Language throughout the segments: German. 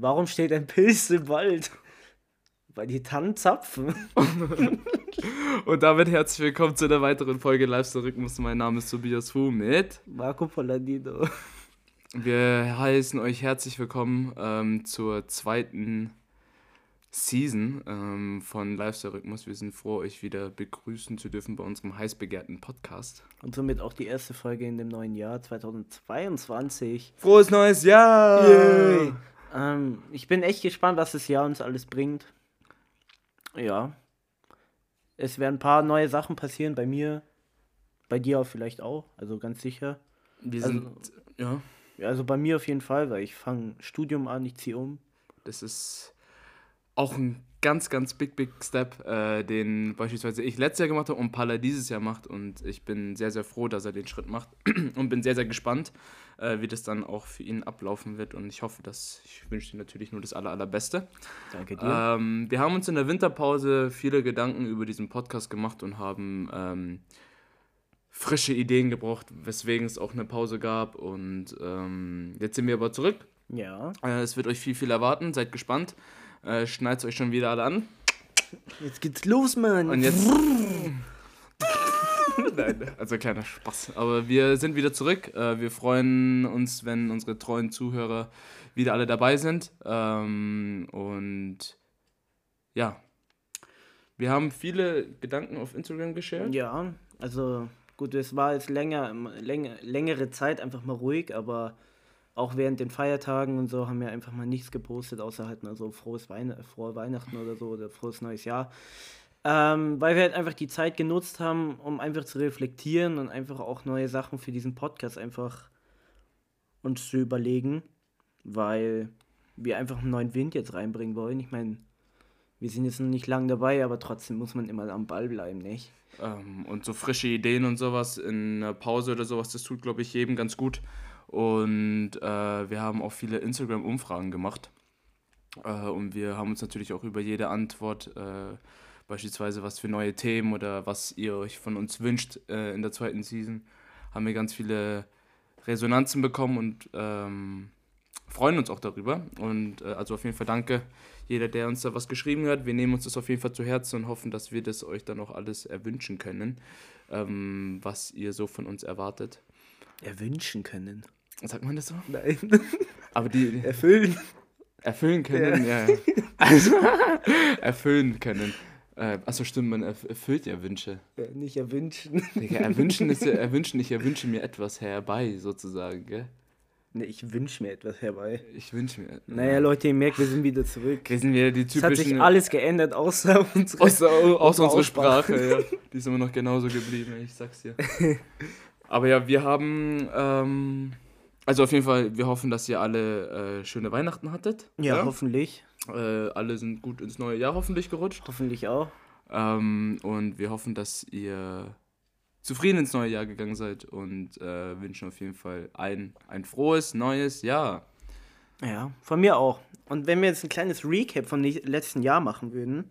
Warum steht ein Pilz im Wald? Weil die Tannen zapfen. Und damit herzlich willkommen zu einer weiteren Folge Lifestyle-Rhythmus. Mein Name ist Tobias Fu mit Marco Polladino. Wir heißen euch herzlich willkommen zur zweiten Season von Lifestyle-Rhythmus. Wir sind froh, euch wieder begrüßen zu dürfen bei unserem heiß begehrten Podcast. Und somit auch die erste Folge in dem neuen Jahr 2022. Frohes neues Jahr! Yay. Ich bin echt gespannt, was das Jahr uns alles bringt. Ja. Es werden ein paar neue Sachen passieren bei mir. Bei dir auch vielleicht auch, also ganz sicher. Wir Also- sind, ja, Also bei mir auf jeden Fall, weil ich fange Studium an, ich ziehe um. das ist auch ein ganz, ganz big Step, den beispielsweise ich letztes Jahr gemacht habe und Palla dieses Jahr macht. Und ich bin sehr, sehr froh, dass er den Schritt macht und bin sehr, sehr gespannt, wie das dann auch für ihn ablaufen wird. Und ich wünsche dir natürlich nur das Allerbeste. Danke dir. Wir haben uns in der Winterpause viele Gedanken über diesen Podcast gemacht und haben frische Ideen gebraucht, weswegen es auch eine Pause gab. Und jetzt sind wir aber zurück. Ja. Es wird euch viel erwarten. Seid gespannt. Schneidet euch schon wieder alle an. Jetzt geht's los, Mann. Und jetzt... Nein, also kleiner Spaß. Aber wir sind wieder zurück. Wir freuen uns, wenn unsere treuen Zuhörer wieder alle dabei sind. Und ja, wir haben viele Gedanken auf Instagram geshared. Ja, also gut, es war jetzt längere Zeit einfach mal ruhig, aber auch während den Feiertagen und so haben wir einfach mal nichts gepostet, außer halt mal so frohe Weihnachten oder so oder frohes neues Jahr. Weil wir halt einfach die Zeit genutzt haben, um einfach zu reflektieren und einfach auch neue Sachen für diesen Podcast einfach uns zu überlegen, weil wir einfach einen neuen Wind jetzt reinbringen wollen. Ich meine, wir sind jetzt noch nicht lang dabei, aber trotzdem muss man immer am Ball bleiben, nicht? Und so frische Ideen und sowas in einer Pause oder sowas, das tut, glaube ich, jedem ganz gut. Und wir haben auch viele Instagram-Umfragen gemacht. Und wir haben uns natürlich auch über jede Antwort, beispielsweise was für neue Themen oder was ihr euch von uns wünscht in der zweiten Season, haben wir ganz viele Resonanzen bekommen und freuen uns auch darüber. Und also auf jeden Fall danke jeder, der uns da was geschrieben hat. Wir nehmen uns das auf jeden Fall zu Herzen und hoffen, dass wir das euch dann auch alles erwünschen können, was ihr so von uns erwartet. Erwünschen können. Sagt man das so? Nein. Aber die Erfüllen. erfüllen können, ja. Also, erfüllen können. Achso, stimmt, man erfüllt ja Wünsche. Nicht erwünschen. Digga, erwünschen ist ja erwünschen, ich erwünsche mir etwas herbei, sozusagen, gell? Ne, ich wünsche mir etwas herbei. Ich wünsche mir... Naja, Leute, ihr merkt, wir sind wieder zurück. Wir sind wieder die Es hat sich typischen... alles geändert, außer unsere... Außer unsere Aussprache. Sprache, ja. Die ist immer noch genauso geblieben, ich sag's dir. Aber ja, wir haben... also auf jeden Fall, wir hoffen, dass ihr alle schöne Weihnachten hattet. Ja, hoffentlich. Alle sind gut ins neue Jahr hoffentlich gerutscht. Hoffentlich auch. Und wir hoffen, dass ihr zufrieden ins neue Jahr gegangen seid und wünschen auf jeden Fall ein frohes neues Jahr. Ja, von mir auch. Und wenn wir jetzt ein kleines Recap vom letzten Jahr machen würden.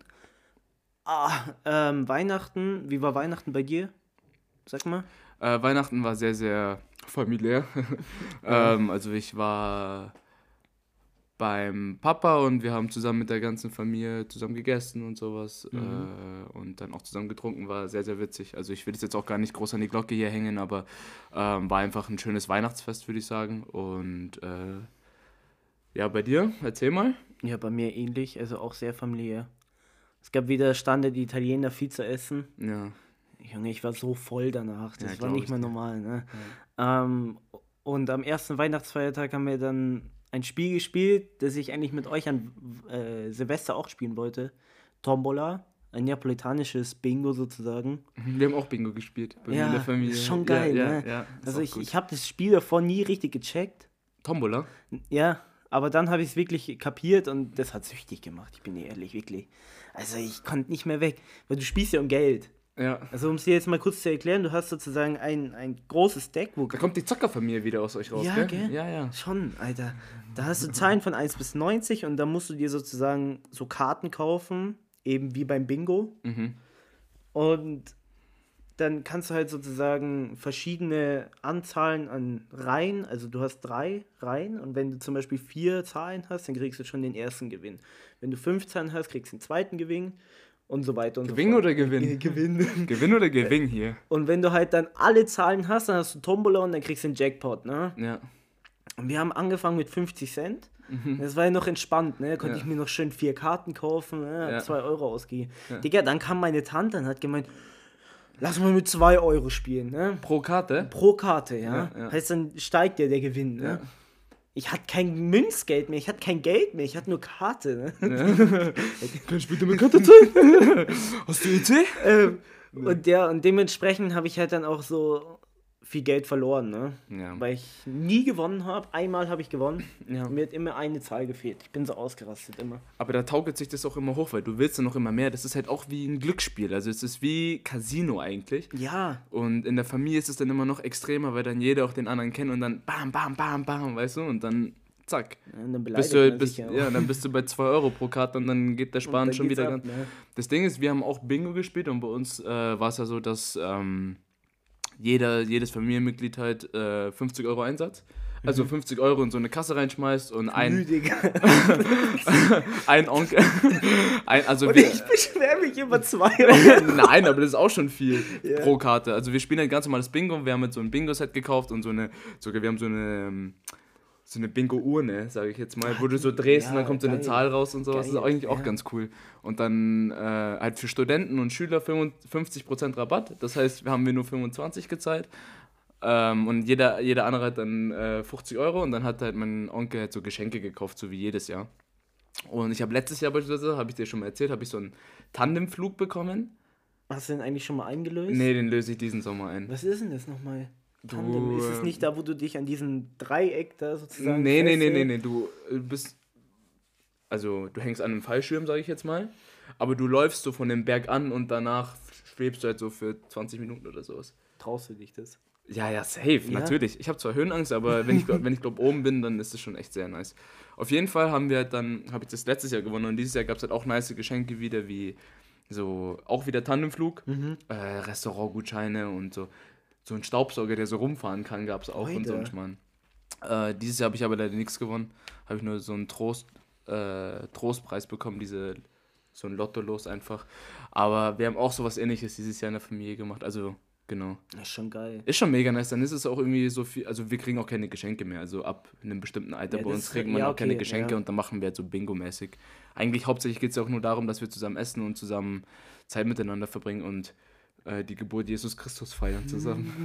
Weihnachten, wie war Weihnachten bei dir? Sag mal. Weihnachten war sehr, sehr familiär. Also ich war beim Papa und wir haben zusammen mit der ganzen Familie zusammen gegessen und sowas und dann auch zusammen getrunken, war sehr, sehr witzig. Also ich will das jetzt auch gar nicht groß an die Glocke hier hängen, aber war einfach ein schönes Weihnachtsfest, würde ich sagen. Und ja, bei dir? Erzähl mal. Ja, bei mir ähnlich, also auch sehr familiär. Es gab wieder Stande, die Italiener viel zu essen. Ja. Junge, ich war so voll danach, das Ja, war glaub nicht ich mehr dir. normal, ne? Und am ersten Weihnachtsfeiertag haben wir dann ein Spiel gespielt, das ich eigentlich mit euch an Silvester auch spielen wollte. Tombola, ein neapolitanisches Bingo sozusagen. Wir haben auch Bingo gespielt bei mir in der Familie. ist schon geil, ja, ne? Ja, ist Also auch ich gut. habe das Spiel davor nie richtig gecheckt. Tombola? Ja, aber dann habe ich es wirklich kapiert und das hat süchtig gemacht, ich bin dir ehrlich, wirklich. Also ich konnte nicht mehr weg, weil du spielst ja um Geld. Ja. Also um es dir jetzt mal kurz zu erklären, du hast sozusagen ein großes Deck, wo... Da kommt die Zockerfamilie wieder aus euch raus, Ja, gell? gell? Ja. Schon, Alter. Da hast du Zahlen von 1 bis 90 und da musst du dir sozusagen so Karten kaufen, eben wie beim Bingo. Mhm. Und dann kannst du halt sozusagen verschiedene Anzahlen an Reihen, also du hast 3 Reihen und wenn du zum Beispiel 4 Zahlen hast, dann kriegst du schon den ersten Gewinn. Wenn du 5 Zahlen hast, kriegst du den zweiten Gewinn und so weiter und Gewinn so fort. oder Gewinn? Gewinn. Gewinn oder Gewinn hier? Und wenn du halt dann alle Zahlen hast, dann hast du Tombola und dann kriegst du den Jackpot, ne? Ja. Und wir haben angefangen mit 50 Cent. Das war ja noch entspannt, ne? Konnte ich mir noch schön 4 Karten kaufen, ne? Ja. 2 Euro ausgegeben. Ja. Digga, dann kam meine Tante und hat gemeint, lass mal mit 2 Euro spielen, ne? Pro Karte? Pro Karte, ja. Ja, ja. Heißt, dann steigt ja der Gewinn, ne? Ja. Ich hatte kein Münzgeld mehr, ich hatte kein Geld mehr, ich hatte nur Karte, ne? Kann ich bitte mit Karte zahlen? Hast du Idee? Und dementsprechend habe ich halt dann auch so viel Geld verloren, ne? Ja. Weil ich nie gewonnen habe. Einmal habe ich gewonnen. Ja. Mir hat immer eine Zahl gefehlt. Ich bin so ausgerastet immer. Aber da taugelt sich das auch immer hoch, weil du willst dann noch immer mehr. Das ist halt auch wie ein Glücksspiel. Also es ist wie Casino eigentlich. Ja. Und in der Familie ist es dann immer noch extremer, weil dann jeder auch den anderen kennt und dann bam, bam, bam, bam, weißt du? Und dann zack. Ja, und dann Bist beleidigt du, man sich bist, ja. ja, dann bist du bei 2 Euro pro Karte und dann geht der Und Sparen dann schon geht's wieder ab, ganz. ne? Das Ding ist, wir haben auch Bingo gespielt und bei uns war es ja so, dass jedes Familienmitglied halt 50 Euro Einsatz, also 50 Euro in so eine Kasse reinschmeißt und ein Onkel. Also Und wir, ich beschwere mich über 2 Euro. nein, aber das ist auch schon viel Ja. pro Karte. Also wir spielen ein ganz normales Bingo, wir haben jetzt so ein Bingo-Set gekauft und wir haben so eine Bingo-Urne, sage ich jetzt mal, wo du so drehst und dann kommt so eine geil. Zahl raus und sowas. Das ist Geil, eigentlich auch ja. ganz cool. Und dann halt für Studenten und Schüler 50% Rabatt. Das heißt, wir haben nur 25 gezahlt. Und jeder andere hat dann 50 Euro und dann hat halt mein Onkel halt so Geschenke gekauft, so wie jedes Jahr. Und ich habe letztes Jahr beispielsweise, habe ich dir schon mal erzählt, habe ich so einen Tandemflug bekommen. Hast du den eigentlich schon mal eingelöst? Nee, den löse ich diesen Sommer ein. Was ist denn das nochmal? Tandem. Ist es nicht da, wo du dich an diesem Dreieck da sozusagen Nee, festhältst? du bist, also du hängst an einem Fallschirm, sage ich jetzt mal, aber du läufst so von dem Berg an und danach schwebst du halt so für 20 Minuten oder sowas. Traust du dich das? Ja, safe, Ja? natürlich. Ich habe zwar Höhenangst, aber wenn ich glaub, oben bin, dann ist es schon echt sehr nice. Auf jeden Fall habe ich das letztes Jahr gewonnen und dieses Jahr gab es halt auch nice Geschenke wieder, wie so, auch wieder Tandemflug, Restaurantgutscheine und so ein Staubsauger, der so rumfahren kann, gab es auch und so ein Alter. Schmarrn. Dieses Jahr habe ich aber leider nichts gewonnen. Habe ich nur so einen Trostpreis bekommen, so ein Lotto-Los einfach. Aber wir haben auch sowas Ähnliches dieses Jahr in der Familie gemacht. Also, genau. Das ist schon geil. Ist schon mega nice. Dann ist es auch irgendwie so viel. Also, wir kriegen auch keine Geschenke mehr. Also, ab einem bestimmten Alter Ja, bei das uns ist- kriegt man ja, auch keine okay, Geschenke ja. und dann machen wir halt so Bingo-mäßig. Eigentlich hauptsächlich geht es ja auch nur darum, dass wir zusammen essen und zusammen Zeit miteinander verbringen und die Geburt Jesus Christus feiern zusammen.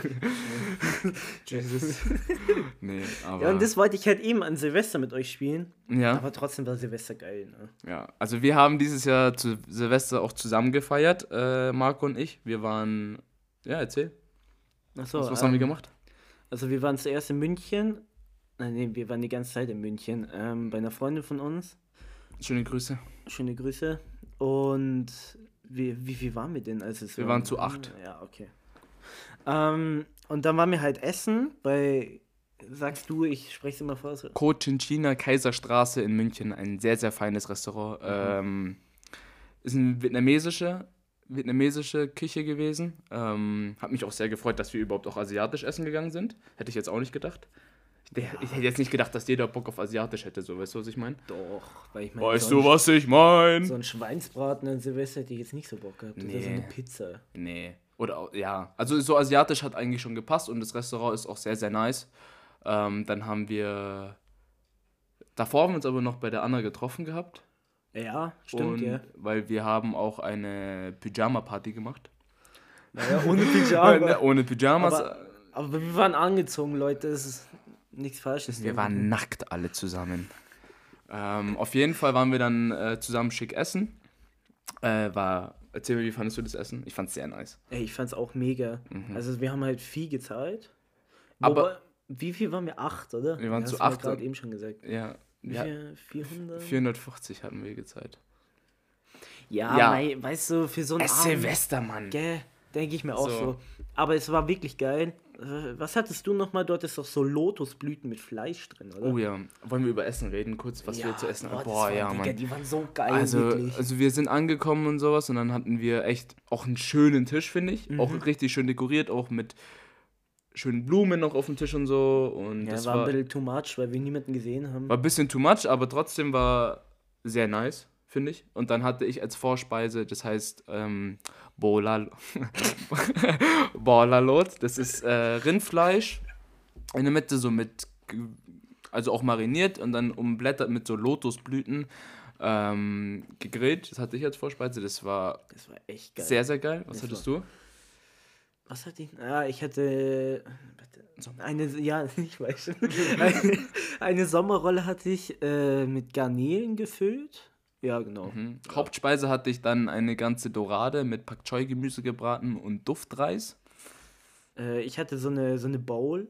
Jesus. Nee, aber. Ja, und das wollte ich halt eben an Silvester mit euch spielen. Ja. Aber trotzdem war Silvester geil, ne? Ja, also wir haben dieses Jahr zu Silvester auch zusammen gefeiert, Marco und ich. Wir waren, ja, erzähl. Achso, Was haben wir gemacht? Also wir waren zuerst in München. Nee, wir waren die ganze Zeit in München. Bei einer Freundin von uns. Schöne Grüße. Schöne Grüße. Und wie viel waren wir denn? Wir waren zu 8. Ja, okay. Und dann waren wir halt essen bei, sagst du, ich spreche es immer vor. So. Cochinchina Kaiserstraße in München, ein sehr, sehr feines Restaurant. Ist eine vietnamesische Küche gewesen. Hat mich auch sehr gefreut, dass wir überhaupt auch asiatisch essen gegangen sind. Hätte ich jetzt auch nicht gedacht. Ich hätte jetzt nicht gedacht, dass jeder Bock auf asiatisch hätte, so, weißt du, was ich meine? Doch, weil ich meine, Weißt du, was ich meine? so ein Schweinsbraten an Silvester hätte ich jetzt nicht so Bock gehabt. Oder so Nee. eine Pizza. Nee. Ja. Also so asiatisch hat eigentlich schon gepasst und das Restaurant ist auch sehr, sehr nice. Dann haben wir... Davor haben wir uns aber noch bei der Anna getroffen gehabt. Ja, stimmt, und ja. weil wir haben auch eine Pyjama-Party gemacht. Naja, ohne Pyjama. Ohne Pyjamas. Aber wir waren angezogen, Leute. Das ist nichts Falsches. Wir waren nackt alle zusammen. Auf jeden Fall waren wir dann zusammen schick essen. Erzähl mir, wie fandest du das Essen? Ich fand's sehr nice. Ey, ich fand's auch mega. Also wir haben halt viel gezahlt. Aber- Wobei, wie viel waren wir? 8, oder? Wir waren Ja, zu hast du mir 8. gerade eben schon gesagt. Ja, Wie ja viel? 400? 450 hatten wir gezahlt. Ja, Ja. weißt du, für so einen Abend, Silvester, Mann. gell, denke ich mir auch So. so. Aber es war wirklich geil. Was hattest du nochmal? Dort ist doch so Lotusblüten mit Fleisch drin, oder? Oh ja, wollen wir über Essen reden, kurz, was wir zu essen haben? Boah, ja, Digga, Mann. die waren so geil, Also, wirklich. also wir sind angekommen und sowas und dann hatten wir echt auch einen schönen Tisch, finde ich. Auch richtig schön dekoriert, auch mit schönen Blumen noch auf dem Tisch und so. Und Ja, das war ein bisschen too much, weil wir niemanden gesehen haben. war ein bisschen too much, aber trotzdem war sehr nice, finde ich. Und dann hatte ich als Vorspeise, das heißt Bolalot. Das ist Rindfleisch in der Mitte so also auch mariniert und dann umblättert mit so Lotusblüten gegrillt. Das hatte ich als Vorspeise. Das war echt geil. sehr, sehr geil. Was hattest du? Was hatte ich? Ich hatte ich weiß schon. Eine Sommerrolle hatte ich mit Garnelen gefüllt. Ja, genau. Hauptspeise hatte ich dann eine ganze Dorade mit Pak Choi Gemüse gebraten und Duftreis. Ich hatte so eine Bowl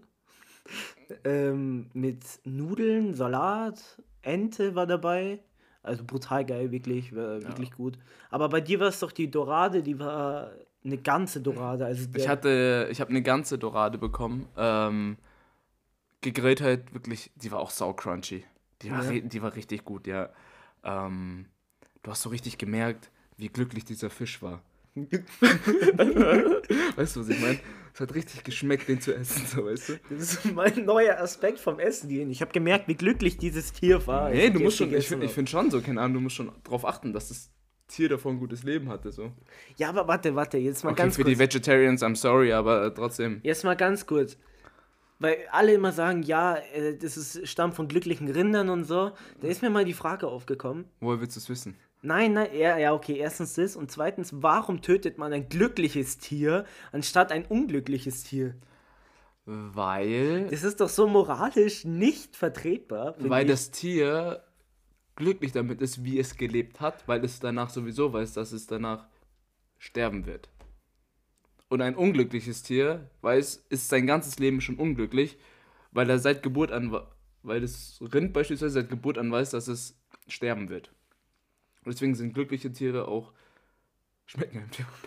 mit Nudeln, Salat, Ente war dabei. Also brutal geil, wirklich, war wirklich gut. Aber bei dir war es doch die Dorade, die war eine ganze Dorade. Also Ich habe eine ganze Dorade bekommen. Gegrillt halt wirklich, die war auch sau crunchy. Die war richtig gut, ja. Du hast so richtig gemerkt, wie glücklich dieser Fisch war. Weißt du, was ich meine? Es hat richtig geschmeckt, den zu essen, so, weißt du? Das ist mein neuer Aspekt vom Essen gehen. Ich habe gemerkt, wie glücklich dieses Tier war. Nee, du musst schon, ich finde schon so, keine Ahnung, du musst schon drauf achten, dass das Tier davon ein gutes Leben hatte, so. Ja, aber warte, jetzt mal Okay, ganz für kurz. die Vegetarians, I'm sorry, aber trotzdem. Jetzt mal ganz kurz. Weil alle immer sagen, ja, stammt von glücklichen Rindern und so. Da ist mir mal die Frage aufgekommen. Woher willst du es wissen? Nein, ja, okay, erstens das. Und zweitens, warum tötet man ein glückliches Tier, anstatt ein unglückliches Tier? Weil Das ist doch so moralisch nicht vertretbar. das Tier glücklich damit ist, wie es gelebt hat, weil es danach sowieso weiß, dass es danach sterben wird. Und ein unglückliches Tier ist sein ganzes Leben schon unglücklich, weil er seit Geburt an, weil das Rind beispielsweise seit Geburt an weiß, dass es sterben wird. Und deswegen sind glückliche Tiere auch, schmecken einem Tier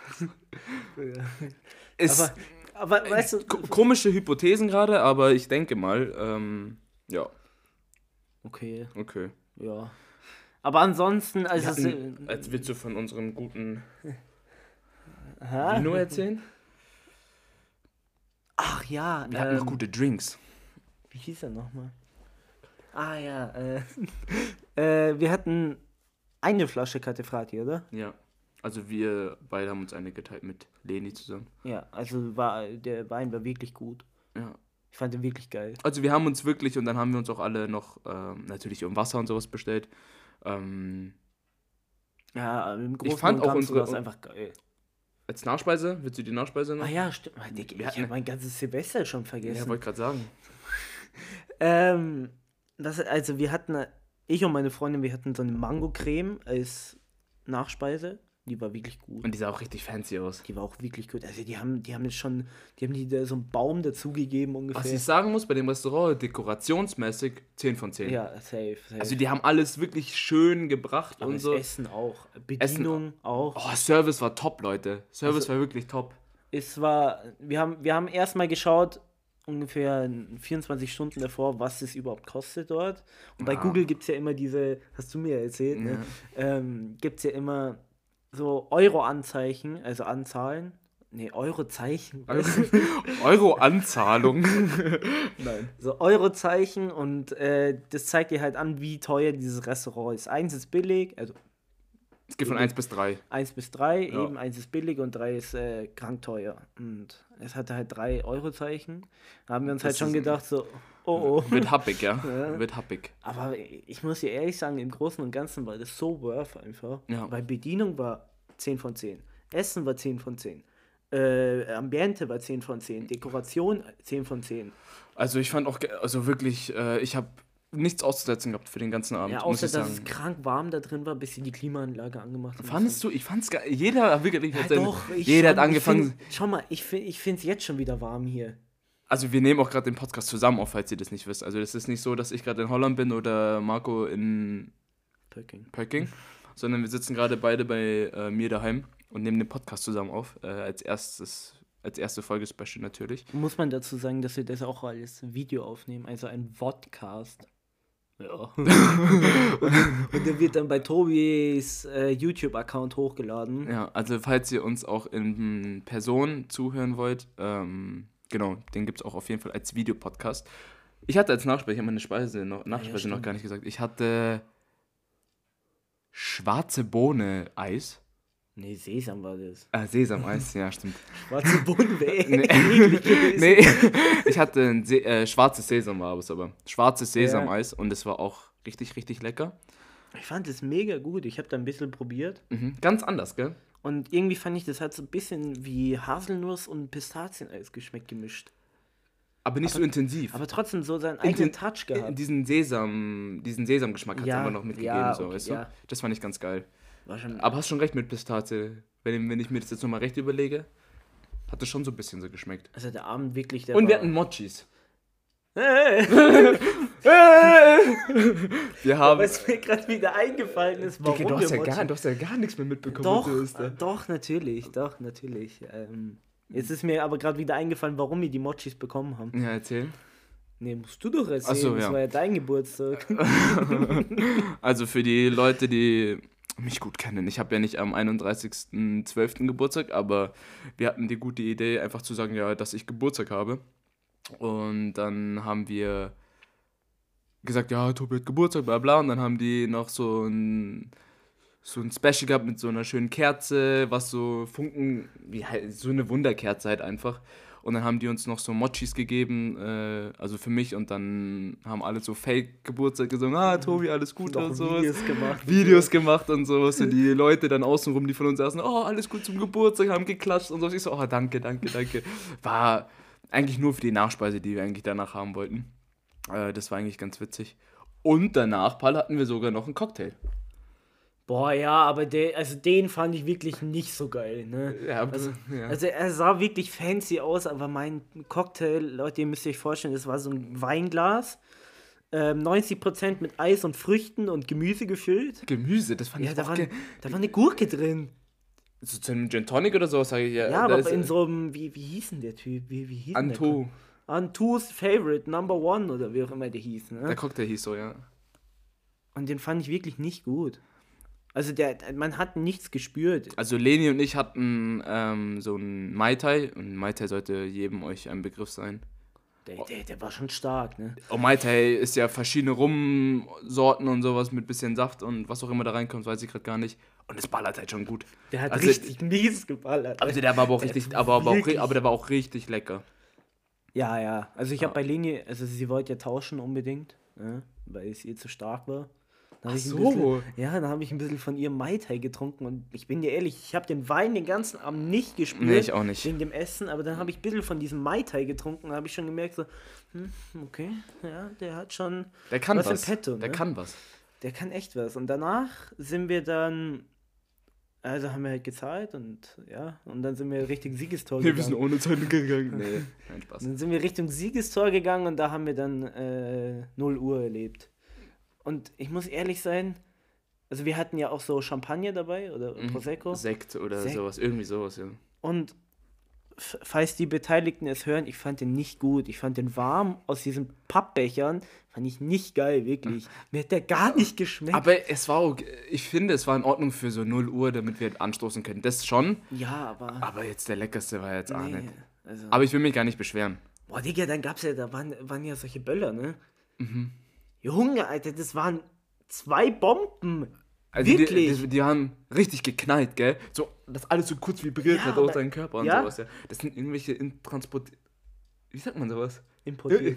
besser. Aber weißt du... Komische Hypothesen gerade, aber ich denke mal, ja. Okay, Okay. ja. Aber ansonsten, also... Als willst du von unserem guten Aha. Vino erzählen? Ach ja, Wir hatten noch gute Drinks. Wie hieß er nochmal? Wir hatten eine Flasche Cattefrati, oder? Ja. Also wir beide haben uns eine geteilt mit Leni zusammen. Ja, also der Wein war wirklich gut. Ja. Ich fand den wirklich geil. Also wir haben uns wirklich, und dann haben wir uns auch alle noch natürlich um Wasser und sowas bestellt. Ja, im Großen Ich fand und auch Ganzen unsere- war es einfach geil. Als Nachspeise, willst du die Nachspeise noch? Ah ja, stimmt. Digga, Wir ich hatten- habe mein ganzes Silvester schon Ja, vergessen. wollte gerade sagen. Also wir hatten, ich und meine Freundin, wir hatten so eine Mango-Creme als Nachspeise. Die war wirklich gut. Und die sah auch richtig fancy aus. Die war auch wirklich gut. Also die haben da so einen Baum dazugegeben ungefähr. Was ich sagen muss, bei dem Restaurant, dekorationsmäßig 10 von 10. Ja, safe. Also die haben alles wirklich schön gebracht Aber und das so. Essen auch. Bedienung auch. Oh, Service war top, Leute. Service Also- war wirklich top. Wir haben erstmal geschaut, ungefähr 24 Stunden davor, was es überhaupt kostet dort. Und bei Ah. Google gibt es ja immer diese, hast du mir erzählt, ne? Gibt es ja immer so Euro-Anzeichen, also Anzahlen. Ne, Eurozeichen. Euro-Anzahlung. Nein. So Eurozeichen und das zeigt dir halt an, wie teuer dieses Restaurant ist. 1 ist billig, also Es geht von 1 bis 3. 1 bis 3, Ja. eben 1 ist billig und 3 ist krank teuer. Und es hatte halt 3 Eurozeichen. Da haben wir uns Das halt schon ist- gedacht, so, oh. Wird happig, ja. Ja. Wird happig. Aber ich muss dir ehrlich sagen, im Großen und Ganzen war das so worth einfach. Ja. Weil Bedienung war 10 von 10. Essen war 10 von 10. Ambiente war 10 von 10. Dekoration 10 von 10. Also ich fand auch, also wirklich, ich habe nichts auszusetzen gehabt für den ganzen Abend, Ja, muss außer ich dass sagen. es krank warm da drin war, bis sie die Klimaanlage angemacht haben. Fandest du? Ich fand's geil. Jeder wirklich Ja, hat seine- doch, jeder hat angefangen. Schau mal, ich finde es jetzt schon wieder warm hier. Also wir nehmen auch gerade den Podcast zusammen auf, falls ihr das nicht wisst. Also das ist nicht so, dass ich gerade in Holland bin oder Marco in Peking, sondern wir sitzen gerade beide bei mir daheim und nehmen den Podcast zusammen auf. Als erstes Als erste Folge Special natürlich. Muss man dazu sagen, dass wir das auch als Video aufnehmen, also ein Vodcast. Ja. und der wird dann bei Tobis YouTube-Account hochgeladen. Ja, also falls ihr uns auch in Person zuhören wollt, genau, den gibt es auch auf jeden Fall als Videopodcast. Ich hatte als Nachspeise, ich habe meine Nachspeise noch gar nicht gesagt, ich hatte schwarze Bohne-Eis. Nee, Sesam war das. Sesam-Eis, ja, stimmt. Schwarze Bohnen wäre eklig gewesen. Nee, ich hatte ein schwarzes Sesam war es aber. Schwarzes Sesam-Eis und es war auch richtig, richtig lecker. Ich fand es mega gut. Ich habe da ein bisschen probiert. Ganz anders, gell? Und irgendwie fand ich, das hat so ein bisschen wie Haselnuss und Pistazieneis gemischt. Aber nicht so intensiv. Aber trotzdem so seinen eigenen Touch gehabt. Diesen Sesamgeschmack hat es einfach noch mitgegeben. So, weißt du? Das fand ich ganz geil. Aber hast schon recht mit Pistazie. Wenn ich mir das jetzt nochmal recht überlege, hat das schon so ein bisschen so geschmeckt. Also der Abend wirklich... Und wir hatten Mochis. Wir haben... Was mir gerade wieder eingefallen ist, warum du hast ja gar nichts mehr mitbekommen. Doch, natürlich. Jetzt ist mir aber gerade wieder eingefallen, warum wir die Mochis bekommen haben. Ja, erzähl. Nee, musst du doch erzählen. Ach so, das war ja dein Geburtstag. Also für die Leute, die mich gut kennen, ich habe ja nicht am 31.12. Geburtstag, aber wir hatten die gute Idee, einfach zu sagen, ja, dass ich Geburtstag habe. Und dann haben wir gesagt, ja, Tobi hat Geburtstag, bla bla. Und dann haben die noch so ein Special gehabt mit so einer schönen Kerze, was so Funken, so eine Wunderkerze halt einfach. Und dann haben die uns noch so Mochis gegeben, also für mich. Und dann haben alle so Fake-Geburtstag gesungen, Tobi, alles gut und sowas. Videos gemacht und sowas. Und die Leute dann außenrum, die von uns saßen, alles gut zum Geburtstag, haben geklatscht und so. Ich so, danke. War eigentlich nur für die Nachspeise, die wir eigentlich danach haben wollten. Das war eigentlich ganz witzig. Und danach, Paul, hatten wir sogar noch einen Cocktail. Boah, ja, aber den fand ich wirklich nicht so geil, ne? Ja, also er sah wirklich fancy aus, aber mein Cocktail, Leute, ihr müsst euch vorstellen, das war so ein Weinglas, 90% mit Eis und Früchten und Gemüse gefüllt. Gemüse, das fand ich da war eine Gurke drin. So zu einem Gin Tonic oder so, sage ich ja. Ja, aber in so einem, wie hieß denn der Typ? Wie hieß Antu. Antu's Favorite, Number One oder wie auch immer der hieß, ne? Der Cocktail hieß so, ja. Und den fand ich wirklich nicht gut. Also man hat nichts gespürt. Also Leni und ich hatten so einen Mai Tai und Mai Tai sollte jedem euch ein Begriff sein. Der war schon stark, ne? Mai Tai ist ja verschiedene Rumsorten und sowas mit bisschen Saft und was auch immer da reinkommt, weiß ich gerade gar nicht. Und es ballert halt schon gut. Der hat richtig mies geballert. Also der war aber auch richtig, aber der war auch richtig lecker. Ja. Also ich habe bei Leni, also sie wollte ja tauschen unbedingt, ne? Weil es ihr zu stark war. Da habe ich ein bisschen von ihrem Mai Tai getrunken und ich bin dir ehrlich, ich habe den Wein den ganzen Abend nicht gespürt. Nee, ich auch nicht. Wegen dem Essen, aber dann habe ich ein bisschen von diesem Mai Tai getrunken und habe ich schon gemerkt so, okay, ja, der hat schon was im Petto. Ne? Der kann was. Der kann echt was. Und danach sind wir dann, also haben wir halt gezahlt und dann sind wir Richtung Siegestor gegangen. Wir sind ohne Zeit gegangen. Nee, kein Spaß. Dann sind wir Richtung Siegestor gegangen und da haben wir dann 0 Uhr erlebt. Und ich muss ehrlich sein, also wir hatten ja auch so Champagner dabei oder Prosecco. Sekt oder sowas, irgendwie sowas, ja. Und falls die Beteiligten es hören, ich fand den nicht gut. Ich fand den warm aus diesen Pappbechern, fand ich nicht geil, wirklich. Mir hat der gar nicht geschmeckt. Aber ich finde, es war in Ordnung für so 0 Uhr, damit wir anstoßen können. Das schon. Ja, aber jetzt der leckerste war jetzt auch nicht. Also, aber ich will mich gar nicht beschweren. Boah, Digga, dann gab's ja, da waren ja solche Böller, ne? Junge, Alter, das waren 2 Bomben. Also wirklich? Die haben richtig geknallt, gell? So, dass alles so kurz vibriert hat aus deinem Körper und sowas, ja. Das sind irgendwelche wie sagt man sowas? Importiert.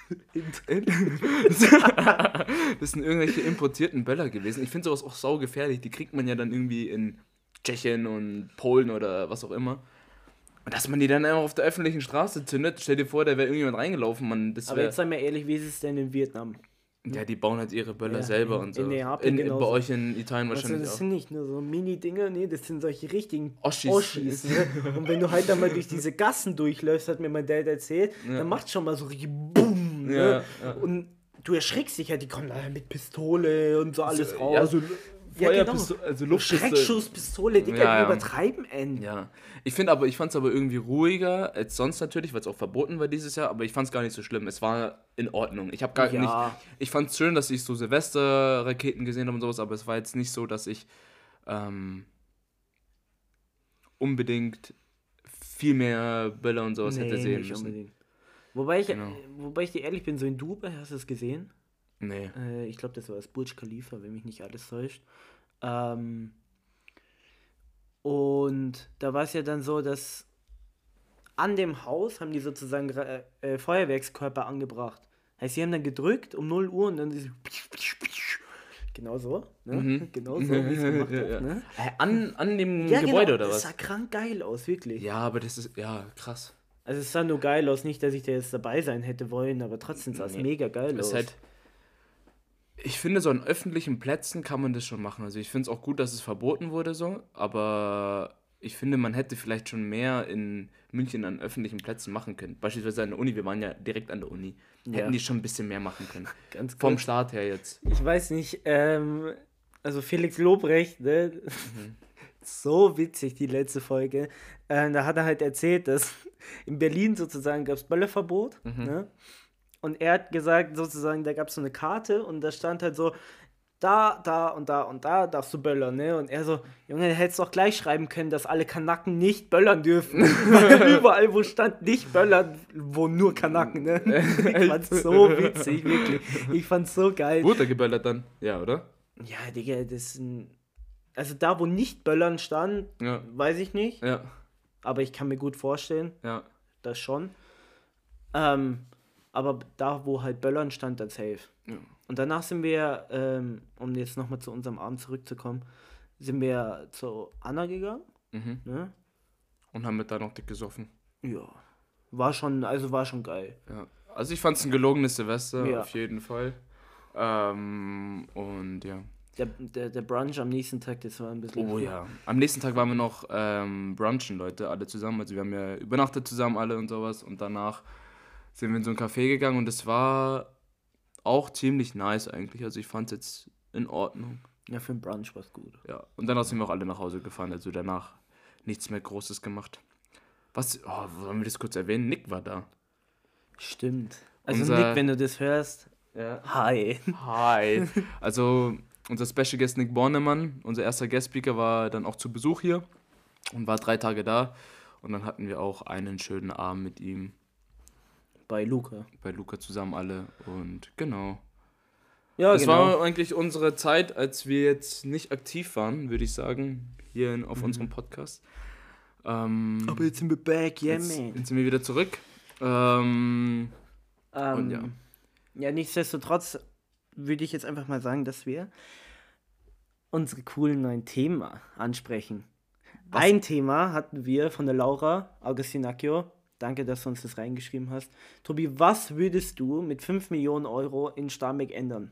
Das sind irgendwelche importierten Böller gewesen. Ich finde sowas auch saugefährlich. Die kriegt man ja dann irgendwie in Tschechien und Polen oder was auch immer. Und dass man die dann einfach auf der öffentlichen Straße zündet, stell dir vor, da wäre irgendjemand reingelaufen. Aber jetzt sei mal ehrlich, wie ist es denn in Vietnam? Ja, die bauen halt ihre Böller selber und so. In Neapel bei euch in Italien wahrscheinlich das auch. Das sind nicht nur so Mini-Dinger, nee, das sind solche richtigen Oschis. Ne? Und wenn du halt dann mal durch diese Gassen durchläufst, hat mir mein Dad erzählt, dann macht schon mal so richtig BUM. Ne? Ja. Und du erschrickst dich halt, die kommen da mit Pistole und so alles raus. Ja, so Feuerpistole, also Luftpistole. Schreckschusspistole, Digga, Ja, ja. die übertreiben, ey. Ja, ich fand es aber irgendwie ruhiger als sonst natürlich, weil es auch verboten war dieses Jahr, aber ich fand es gar nicht so schlimm. Es war in Ordnung. Ich habe gar Ja. nicht, ich fand es schön, dass ich so Silvester-Raketen gesehen habe und sowas, aber es war jetzt nicht so, dass ich unbedingt viel mehr Böller und sowas hätte sehen nicht müssen. unbedingt. Genau. Wobei ich dir ehrlich bin, so in Dubai, hast du es gesehen? Nee. Ich glaube, das war das Burj Khalifa, wenn mich nicht alles täuscht. Ähm, und da war es ja dann so, dass an dem Haus haben die sozusagen Feuerwerkskörper angebracht. Heißt, sie haben dann gedrückt um 0 Uhr und dann ist genau so, ne? Genau so, wie es gemacht wird, ne? An dem Ja, Gebäude genau, oder das was? sah krank geil aus, wirklich. Ja, aber das ist, ja, krass. Also es sah nur geil aus, nicht, dass ich da jetzt dabei sein hätte wollen, aber trotzdem sah es Nee. mega geil Es aus. ist halt, ich finde, so an öffentlichen Plätzen kann man das schon machen. Also ich finde es auch gut, dass es verboten wurde so, aber ich finde, man hätte vielleicht schon mehr in München an öffentlichen Plätzen machen können. Beispielsweise an der Uni, wir waren ja direkt an der Uni. Ja. Hätten die schon ein bisschen mehr machen können. Ganz Vom kurz. Start her jetzt. Ich weiß nicht, also Felix Lobrecht, ne? So witzig, die letzte Folge. Da hat er halt erzählt, dass in Berlin sozusagen gab es Böllerverbot, ne? Und er hat gesagt, sozusagen, da gab es so eine Karte und da stand halt so, da und da darfst du böllern, ne? Und er so, Junge, du hättest doch gleich schreiben können, dass alle Kanaken nicht böllern dürfen. Weil überall, wo stand nicht böllern, wo nur Kanaken, ne? Ich fand's so witzig, wirklich. Ich fand's so geil. Wurde er geböllert dann? Ja, oder? Ja, Digga, also da, wo nicht böllern stand, Ja. weiß ich nicht. Ja. Aber ich kann mir gut vorstellen, Ja. das schon. Aber da, wo halt Böllern stand, dann safe. Ja. Und danach sind wir, um jetzt nochmal zu unserem Abend zurückzukommen, sind wir zu Anna gegangen. Mhm. Ne? Und haben mit da noch dick gesoffen. Ja. War schon geil. Ja. Also ich fand es ein gelogenes Silvester, Ja. auf jeden Fall. Und ja. Der Brunch am nächsten Tag, das war ein bisschen. Oh ja. Am nächsten Tag waren wir noch brunchen, Leute, alle zusammen. Also wir haben ja übernachtet zusammen alle und sowas. Und danach sind wir in so ein Café gegangen und es war auch ziemlich nice eigentlich. Also ich fand es jetzt in Ordnung. Ja, für einen Brunch war es gut. Ja. Und danach sind wir auch alle nach Hause gefahren. Also danach nichts mehr Großes gemacht. Wollen wir das kurz erwähnen? Nick war da. Stimmt. Also Unser- Nick, wenn du das hörst, Ja. hi. Hi. Also unser Special Guest Nick Bornemann, unser erster Guest-Speaker, war dann auch zu Besuch hier und war 3 Tage da. Und dann hatten wir auch einen schönen Abend mit ihm, Bei Luca. bei Luca zusammen alle. Und genau. Ja, Das war eigentlich unsere Zeit, als wir jetzt nicht aktiv waren, würde ich sagen, hier auf unserem Podcast. Aber jetzt sind wir back, yeah, jetzt, man. jetzt sind wir wieder zurück. Und ja. Ja, nichtsdestotrotz würde ich jetzt einfach mal sagen, dass wir unsere coolen neuen Themen ansprechen. Ein Thema hatten wir von der Laura Augustinacchio. Danke, dass du uns das reingeschrieben hast. Tobi, was würdest du mit 5 Millionen Euro in Starnberg ändern?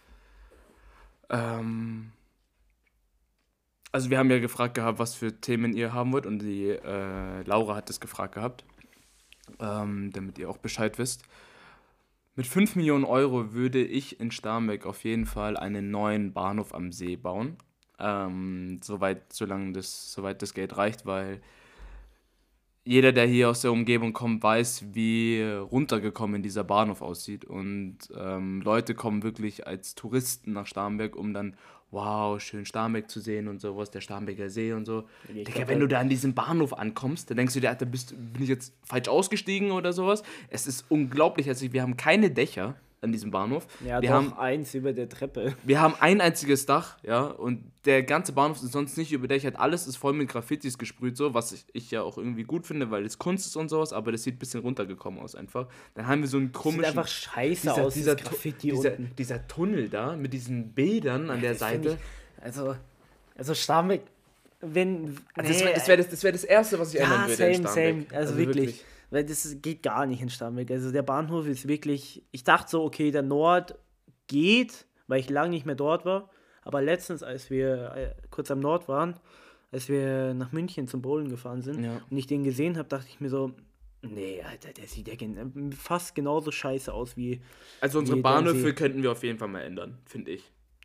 Also wir haben ja gefragt gehabt, was für Themen ihr haben wollt und die Laura hat das gefragt gehabt, damit ihr auch Bescheid wisst. Mit 5 Millionen Euro würde ich in Starnberg auf jeden Fall einen neuen Bahnhof am See bauen, soweit das Geld reicht, weil jeder, der hier aus der Umgebung kommt, weiß, wie runtergekommen dieser Bahnhof aussieht. Und Leute kommen wirklich als Touristen nach Starnberg, um dann, wow, schön Starnberg zu sehen und sowas, der Starnberger See und so. Ich Digga, glaub, wenn du da an diesem Bahnhof ankommst, dann denkst du dir, Alter, bin ich jetzt falsch ausgestiegen oder sowas? Es ist unglaublich hässlich. Wir haben keine Dächer an diesem Bahnhof. Ja, wir doch, haben eins über der Treppe. wir haben ein einziges Dach, ja, und der ganze Bahnhof ist sonst nicht überdächert. Alles ist voll mit Graffitis gesprüht, so, was ich ja auch irgendwie gut finde, weil es Kunst ist und sowas, aber das sieht ein bisschen runtergekommen aus einfach. Dann haben wir so einen Sieht komischen... einfach scheiße aus, dieser, das Graffiti unten. dieser Tunnel da mit diesen Bildern an der Das find Seite. Also Starnberg, wenn... Also das wär das Erste, was ich ändern würde in same. Starnberg. Also wirklich. Weil das geht gar nicht in Starnberg. Also der Bahnhof ist wirklich... Ich dachte so, okay, der Nord geht, weil ich lange nicht mehr dort war. Aber letztens, als wir kurz am Nord waren, als wir nach München zum Bowlen gefahren sind Ja. und ich den gesehen habe, dachte ich mir so, nee, Alter, der sieht ja fast genauso scheiße aus wie... Also unsere wie der am Bahnhöfe See. könnten wir auf jeden Fall mal ändern, finde ich.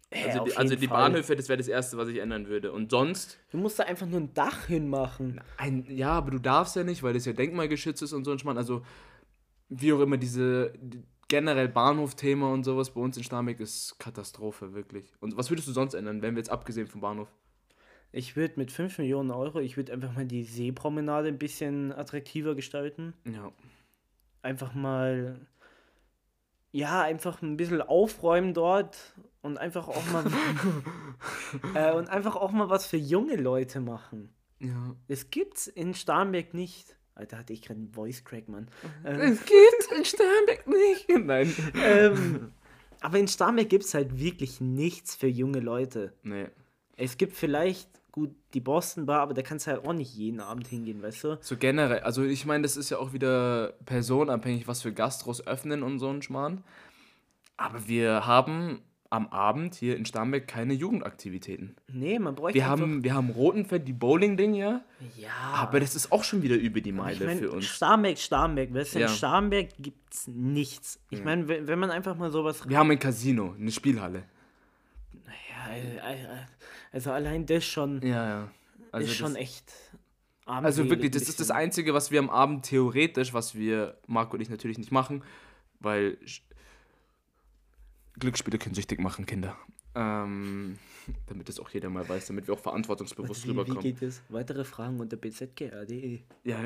Also auf also jeden die Fall. Bahnhöfe, das wäre das Erste, was ich ändern würde. Und sonst, Du musst da einfach nur ein Dach hinmachen. ja, aber du darfst ja nicht, weil das ja denkmalgeschützt ist und so ein Schmarrn. Also wie auch immer, generell Bahnhof-Thema und sowas bei uns in Starnberg ist Katastrophe, wirklich. Und was würdest du sonst ändern, wenn wir jetzt abgesehen vom Bahnhof? Ich würde mit 5 Millionen Euro, ich würde einfach mal die Seepromenade ein bisschen attraktiver gestalten. Ja. Einfach mal, ja, einfach ein bisschen aufräumen dort und einfach auch mal, und einfach auch mal was für junge Leute machen. Ja. Das gibt's in Starnberg nicht. Alter, hatte ich gerade einen Voice Crack, Mann. Es gibt in Starnberg nicht. Nein. Aber in Starnberg gibt's halt wirklich nichts für junge Leute. Nee. Es gibt vielleicht, gut, die Boston Bar, aber da kannst du halt auch nicht jeden Abend hingehen, weißt du? So generell, also ich meine, das ist ja auch wieder personenabhängig, was für Gastros öffnen und so ein Schmarrn. Aber wir haben am Abend hier in Starnberg keine Jugendaktivitäten. Nee, man bräuchte Wir einfach... haben Rotenfeld, die Bowling-Ding, ja. Ja, Aber das ist auch schon wieder über die ich Meile mein, für uns. Starnberg, weißt du, Ja. in Starnberg gibt's nichts. Ich meine, wenn man einfach mal sowas... Wir haben ein Casino, eine Spielhalle. Ja, also allein das schon, Ja. Also ist schon das, echt also armselig wirklich, ein das ist das bisschen. Einzige, was wir am Abend theoretisch, was wir, Marco und ich natürlich nicht machen, weil Glücksspiele können süchtig machen, Kinder. Damit das auch jeder mal weiß, damit wir auch verantwortungsbewusst Wie rüberkommen. geht es? Weitere Fragen unter bzga.de. Ja.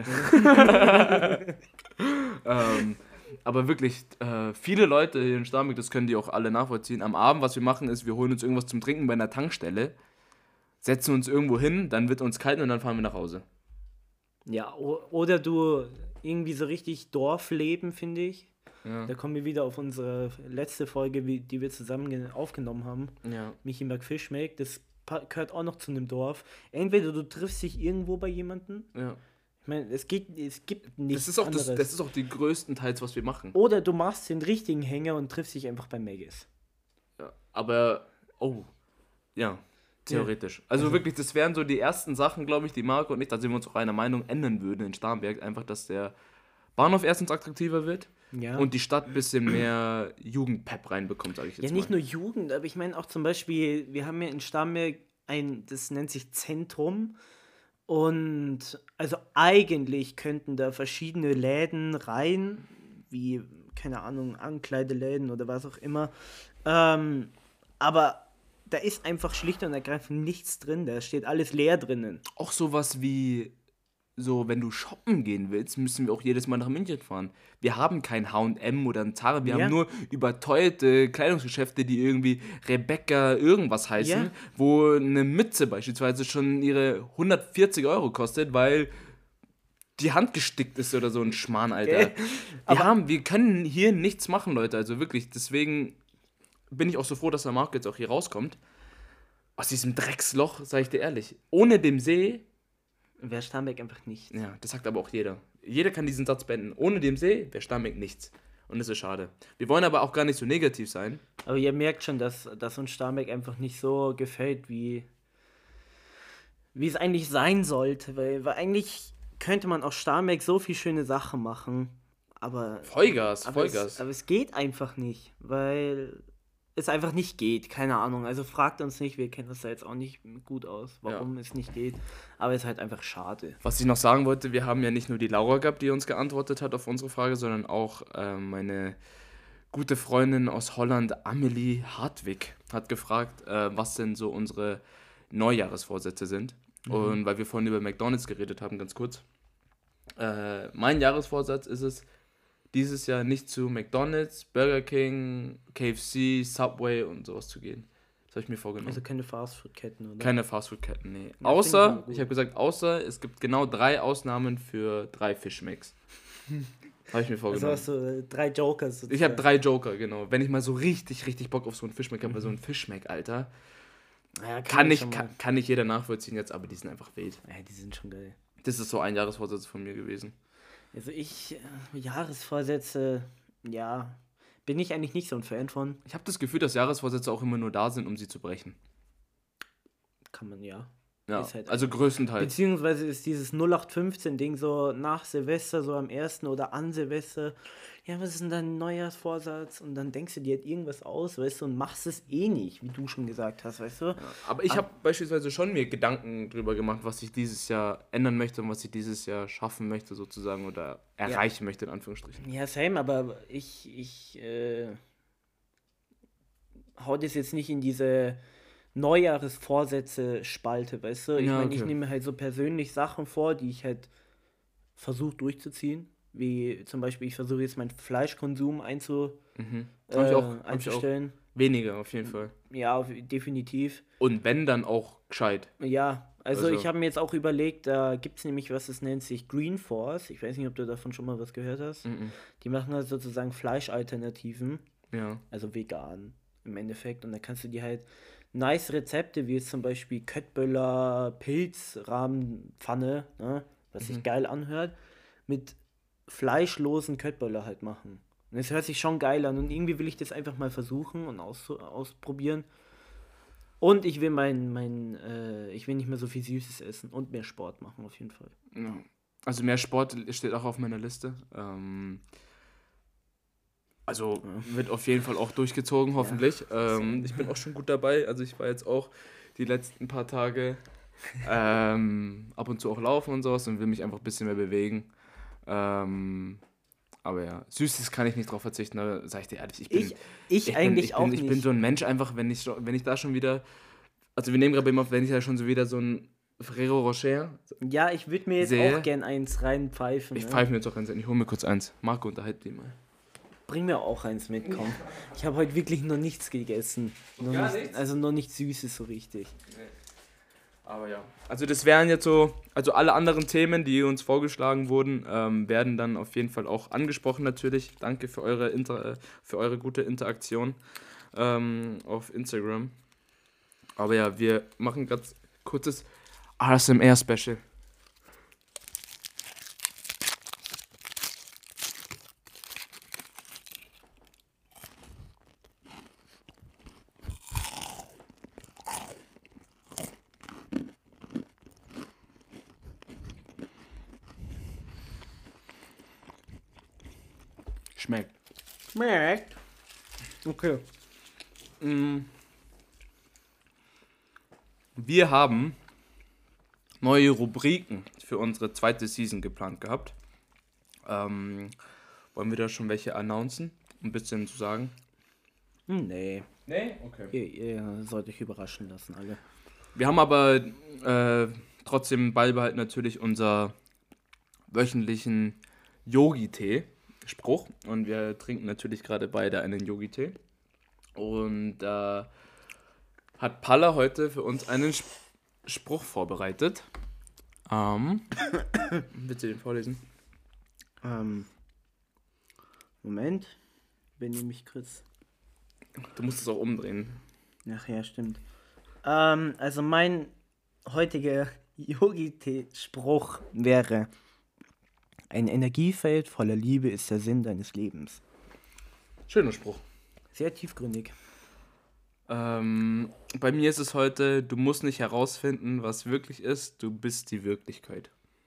Aber wirklich, viele Leute hier in Starnberg, das können die auch alle nachvollziehen. Am Abend, was wir machen, ist, wir holen uns irgendwas zum Trinken bei einer Tankstelle, setzen uns irgendwo hin, dann wird uns kalt und dann fahren wir nach Hause. Ja, oder du irgendwie so richtig Dorfleben, finde ich. Ja. Da kommen wir wieder auf unsere letzte Folge, die wir zusammen aufgenommen haben. Ja. Michi McFishmake, das gehört auch noch zu einem Dorf. Entweder du triffst dich irgendwo bei jemandem. Ja. Ich meine, es gibt nichts Das ist auch anderes. das ist auch die größtenteils, was wir machen. Oder du machst den richtigen Hänger und triffst dich einfach bei Maggis. Ja. Aber, ja, theoretisch. Also wirklich, das wären so die ersten Sachen, glaube ich, die Marco und ich, da sind wir uns auch einer Meinung, ändern würden in Starnberg. Einfach, dass der Bahnhof erstens attraktiver wird Ja. und die Stadt ein bisschen mehr Jugendpep reinbekommt, sage ich jetzt Ja, nicht mal. nur Jugend, aber ich meine auch zum Beispiel, wir haben ja in Starnberg das nennt sich Zentrum. Und also eigentlich könnten da verschiedene Läden rein, wie, keine Ahnung, Ankleideläden oder was auch immer. Aber da ist einfach schlicht und ergreifend nichts drin, da steht alles leer drinnen. Auch sowas wie, so, wenn du shoppen gehen willst, müssen wir auch jedes Mal nach München fahren. Wir haben kein H&M oder ein Zara, wir Ja. haben nur überteuerte Kleidungsgeschäfte, die irgendwie Rebecca irgendwas heißen, Ja. wo eine Mütze beispielsweise schon ihre 140 Euro kostet, weil die Hand gestickt ist oder so ein Schmarrn, Alter. Wir können hier nichts machen, Leute, also wirklich, deswegen bin ich auch so froh, dass der Marco jetzt auch hier rauskommt. Aus diesem Drecksloch, sag ich dir ehrlich. Ohne dem See, Wäre Starnberg einfach nicht. ja, das sagt aber auch jeder. Jeder kann diesen Satz beenden. Ohne dem See wäre Starnberg nichts. Und das ist schade. Wir wollen aber auch gar nicht so negativ sein. Aber ihr merkt schon, dass uns Starnberg einfach nicht so gefällt, wie es eigentlich sein sollte. Weil eigentlich könnte man aus Starnberg so viel schöne Sachen machen. Aber Vollgas. aber es geht einfach nicht, weil es einfach nicht geht. Keine Ahnung. Also fragt uns nicht, wir kennen uns da jetzt auch nicht gut aus, warum es nicht geht. Aber es ist halt einfach schade. Was ich noch sagen wollte, wir haben ja nicht nur die Laura gehabt, die uns geantwortet hat auf unsere Frage, sondern auch meine gute Freundin aus Holland, Amelie Hartwig, hat gefragt, was denn so unsere Neujahresvorsätze sind. Und weil wir vorhin über McDonald's geredet haben, ganz kurz. Mein Jahresvorsatz ist es, dieses Jahr nicht zu McDonald's, Burger King, KFC, Subway und sowas zu gehen. Das habe ich mir vorgenommen. Also keine Fastfood-Ketten, oder? Keine Fastfood-Ketten, nee. Ja, finde ich aber Außer, gut. ich habe gesagt, außer es gibt genau 3 Ausnahmen für 3 Fischmecks. Habe ich mir Also vorgenommen. hast du 3 Jokers sozusagen. Ich habe 3 Joker, genau. Wenn ich mal so richtig, richtig Bock auf so einen Fischmeck habe, weil so ein Fischmeck, Alter, Ja, kann ich schon mal. nicht jeder nachvollziehen jetzt, aber die sind einfach wild. Ja, die sind schon geil. Das ist so ein Jahresvorsatz von mir gewesen. Also Jahresvorsätze, ja, bin ich eigentlich nicht so ein Fan von. Ich habe das Gefühl, dass Jahresvorsätze auch immer nur da sind, um sie zu brechen. Kann man ja. Ja, Ist halt also größtenteils. beziehungsweise ist dieses 0815-Ding so nach Silvester, so am ersten oder an Silvester, ja, was ist denn dein Neujahrsvorsatz? Und dann denkst du dir halt irgendwas aus, weißt du, und machst es eh nicht, wie du schon gesagt hast, weißt du? Aber ich habe beispielsweise schon mir Gedanken drüber gemacht, was ich dieses Jahr ändern möchte und was ich dieses Jahr schaffen möchte sozusagen oder erreichen möchte in Anführungsstrichen. Ja, same, aber ich hau das jetzt nicht in diese Neujahresvorsätze-Spalte, weißt du? Ich Ja, meine, ich okay. nehme mir halt so persönlich Sachen vor, die ich halt versuche durchzuziehen. Wie zum Beispiel, ich versuche jetzt meinen Fleischkonsum Habe ich auch einzustellen. weniger auf jeden Fall. Ja, definitiv. Und wenn, dann auch gescheit. Ja, also Also, ich habe mir jetzt auch überlegt, da gibt es nämlich was, das nennt sich Green Force. Ich weiß nicht, ob du davon schon mal was gehört hast. Die machen halt sozusagen Fleischalternativen, ja. also vegan im Endeffekt. Und da kannst du dir halt nice Rezepte, wie jetzt zum Beispiel Köttböller, Pilzrahmenpfanne, ne, was sich geil anhört, mit fleischlosen Köttböller halt machen. Und es hört sich schon geil an und irgendwie will ich das einfach mal versuchen und ausprobieren. Und ich will ich will nicht mehr so viel Süßes essen und mehr Sport machen, auf jeden Fall. Ja. Also mehr Sport steht auch auf meiner Liste. Also wird auf jeden Fall auch durchgezogen, hoffentlich. Ich bin auch schon gut dabei. Also ich war jetzt auch die letzten paar Tage ab und zu auch laufen und sowas und will mich einfach ein bisschen mehr bewegen. Aber ja, Süßes kann ich nicht drauf verzichten, da sag ich dir ehrlich. Ich bin so ein Mensch einfach, wenn ich da schon wieder, also wir nehmen gerade immer, wenn ich da schon so wieder so ein Ferrero Rocher Ja, ich würde mir jetzt sehe, auch gern eins reinpfeifen. ich Ne? pfeife mir jetzt auch eins, ich hole mir kurz eins. Marco, unterhalt die mal. Bring mir auch eins mit, komm. Ich habe heute wirklich noch nichts gegessen. Nichts? Also noch nichts Süßes so richtig. Aber ja. Also das wären jetzt so, also alle anderen Themen, die uns vorgeschlagen wurden, werden dann auf jeden Fall auch angesprochen natürlich. Danke für eure gute Interaktion auf Instagram. Aber ja, wir machen ganz kurzes ASMR-Special. Schmeckt. Schmeckt. Okay. Wir haben neue Rubriken für unsere zweite Season geplant gehabt. Wollen wir da schon welche announcen? Ein bisschen zu sagen? Nee. Nee? Okay. Ihr sollt euch überraschen lassen, alle. Wir haben aber trotzdem beibehalten natürlich unser wöchentlichen Yogi-Tee-Spruch. Und wir trinken natürlich gerade beide einen Yogi-Tee. Und da hat Palla heute für uns einen Spruch vorbereitet. Willst du den vorlesen? Moment. Wenn ihr mich kurz. Du musst es auch umdrehen. Ach ja, stimmt. Also mein heutiger Yogi-Tee-Spruch wäre: Ein Energiefeld voller Liebe ist der Sinn deines Lebens. Schöner Spruch. Sehr tiefgründig. Bei mir ist es heute, du musst nicht herausfinden, was wirklich ist, du bist die Wirklichkeit.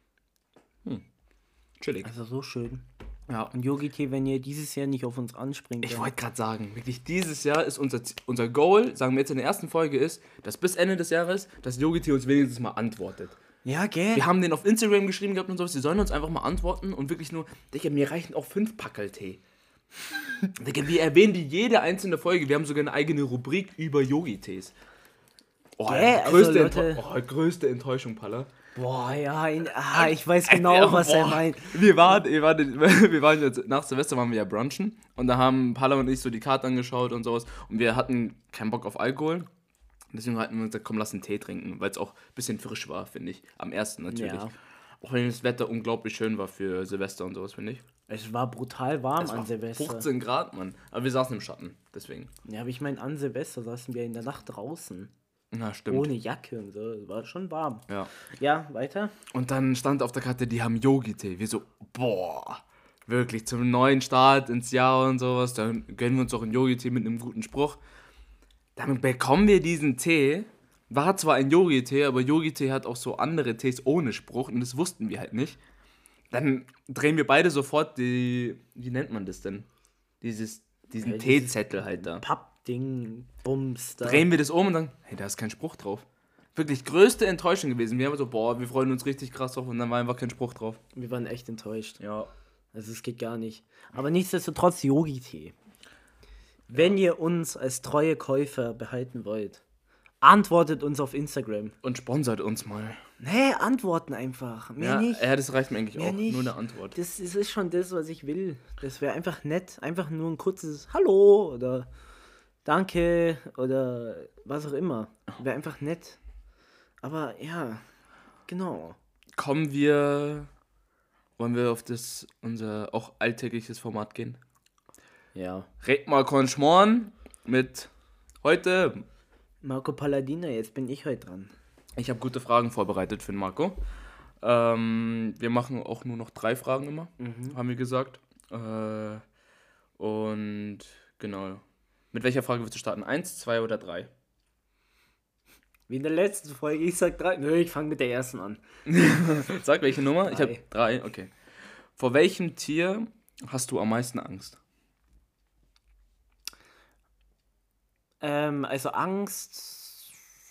Chillig. Also so schön. Ja. Und Yogi-Tee, wenn ihr dieses Jahr nicht auf uns anspringt. Ich dann- wollte gerade sagen, wirklich dieses Jahr ist unser Goal, sagen wir jetzt in der ersten Folge ist, dass bis Ende des Jahres das Yogi-Tee uns wenigstens mal antwortet. Ja, gell? Wir haben den auf Instagram geschrieben gehabt und sowas, die sollen uns einfach mal antworten und wirklich nur, Digga, mir reichen auch 5 Packel Tee. Digga, wir erwähnen die jede einzelne Folge, wir haben sogar eine eigene Rubrik über Yogi-Tees. Oh, größte Enttäuschung, Palla. Boah, ja, ich weiß genau, was er meint. Wir waren jetzt, nach Silvester waren wir ja brunchen und da haben Palla und ich so die Karte angeschaut und sowas und wir hatten keinen Bock auf Alkohol. Deswegen hatten wir gesagt, komm, lass einen Tee trinken, weil es auch ein bisschen frisch war, finde ich. Am ersten natürlich. Ja. Auch wenn das Wetter unglaublich schön war für Silvester und sowas, finde ich. Es war brutal warm Es an war Silvester. 15 Grad, Mann. Aber wir saßen im Schatten, deswegen. Ja, aber ich meine, an Silvester saßen wir in der Nacht draußen. Na, stimmt. Ohne Jacke und so. Es war schon warm. Ja. Ja, weiter. Und dann stand auf der Karte, die haben Yogi-Tee. Wir so, boah, wirklich zum neuen Start ins Jahr und sowas. Dann gönnen wir uns auch einen Yogi-Tee mit einem guten Spruch. Dann bekommen wir diesen Tee War zwar ein Yogi-Tee, aber Yogi-Tee hat auch so andere Tees ohne Spruch und das wussten wir halt nicht. Dann drehen wir beide sofort wie nennt man das denn? Diesen Teezettel halt da. Pappding, Bums. Da. Drehen wir das um und dann, hey, da ist kein Spruch drauf. Wirklich größte Enttäuschung gewesen. Wir haben so, wir freuen uns richtig krass drauf und dann war einfach kein Spruch drauf. Wir waren echt enttäuscht. Ja. Also es geht gar nicht. Aber nichtsdestotrotz Yogi-Tee. Wenn ihr uns als treue Käufer behalten wollt, antwortet uns auf Instagram. Und sponsert uns mal. Nee, antworten einfach. Mehr nicht. Ja, das reicht mir eigentlich Mehr auch. nicht. Nur eine Antwort. Das ist schon das, was ich will. Das wäre einfach nett. Einfach nur ein kurzes Hallo oder Danke oder was auch immer. Wäre einfach nett. Aber ja, genau. Wollen wir auf unser auch alltägliches Format gehen? Ja. Red mal Konschmorn mit heute. Marco Palladino, jetzt bin ich heute dran. Ich habe gute Fragen vorbereitet für den Marco. Wir machen auch nur noch 3 Fragen immer, haben wir gesagt. Und genau. Mit welcher Frage willst du starten? 1, 2 oder 3? Wie in der letzten Folge, ich sag 3. Nö, ich fange mit der ersten an. Sag welche Nummer? 3. Ich habe 3, okay. Vor welchem Tier hast du am meisten Angst? Also Angst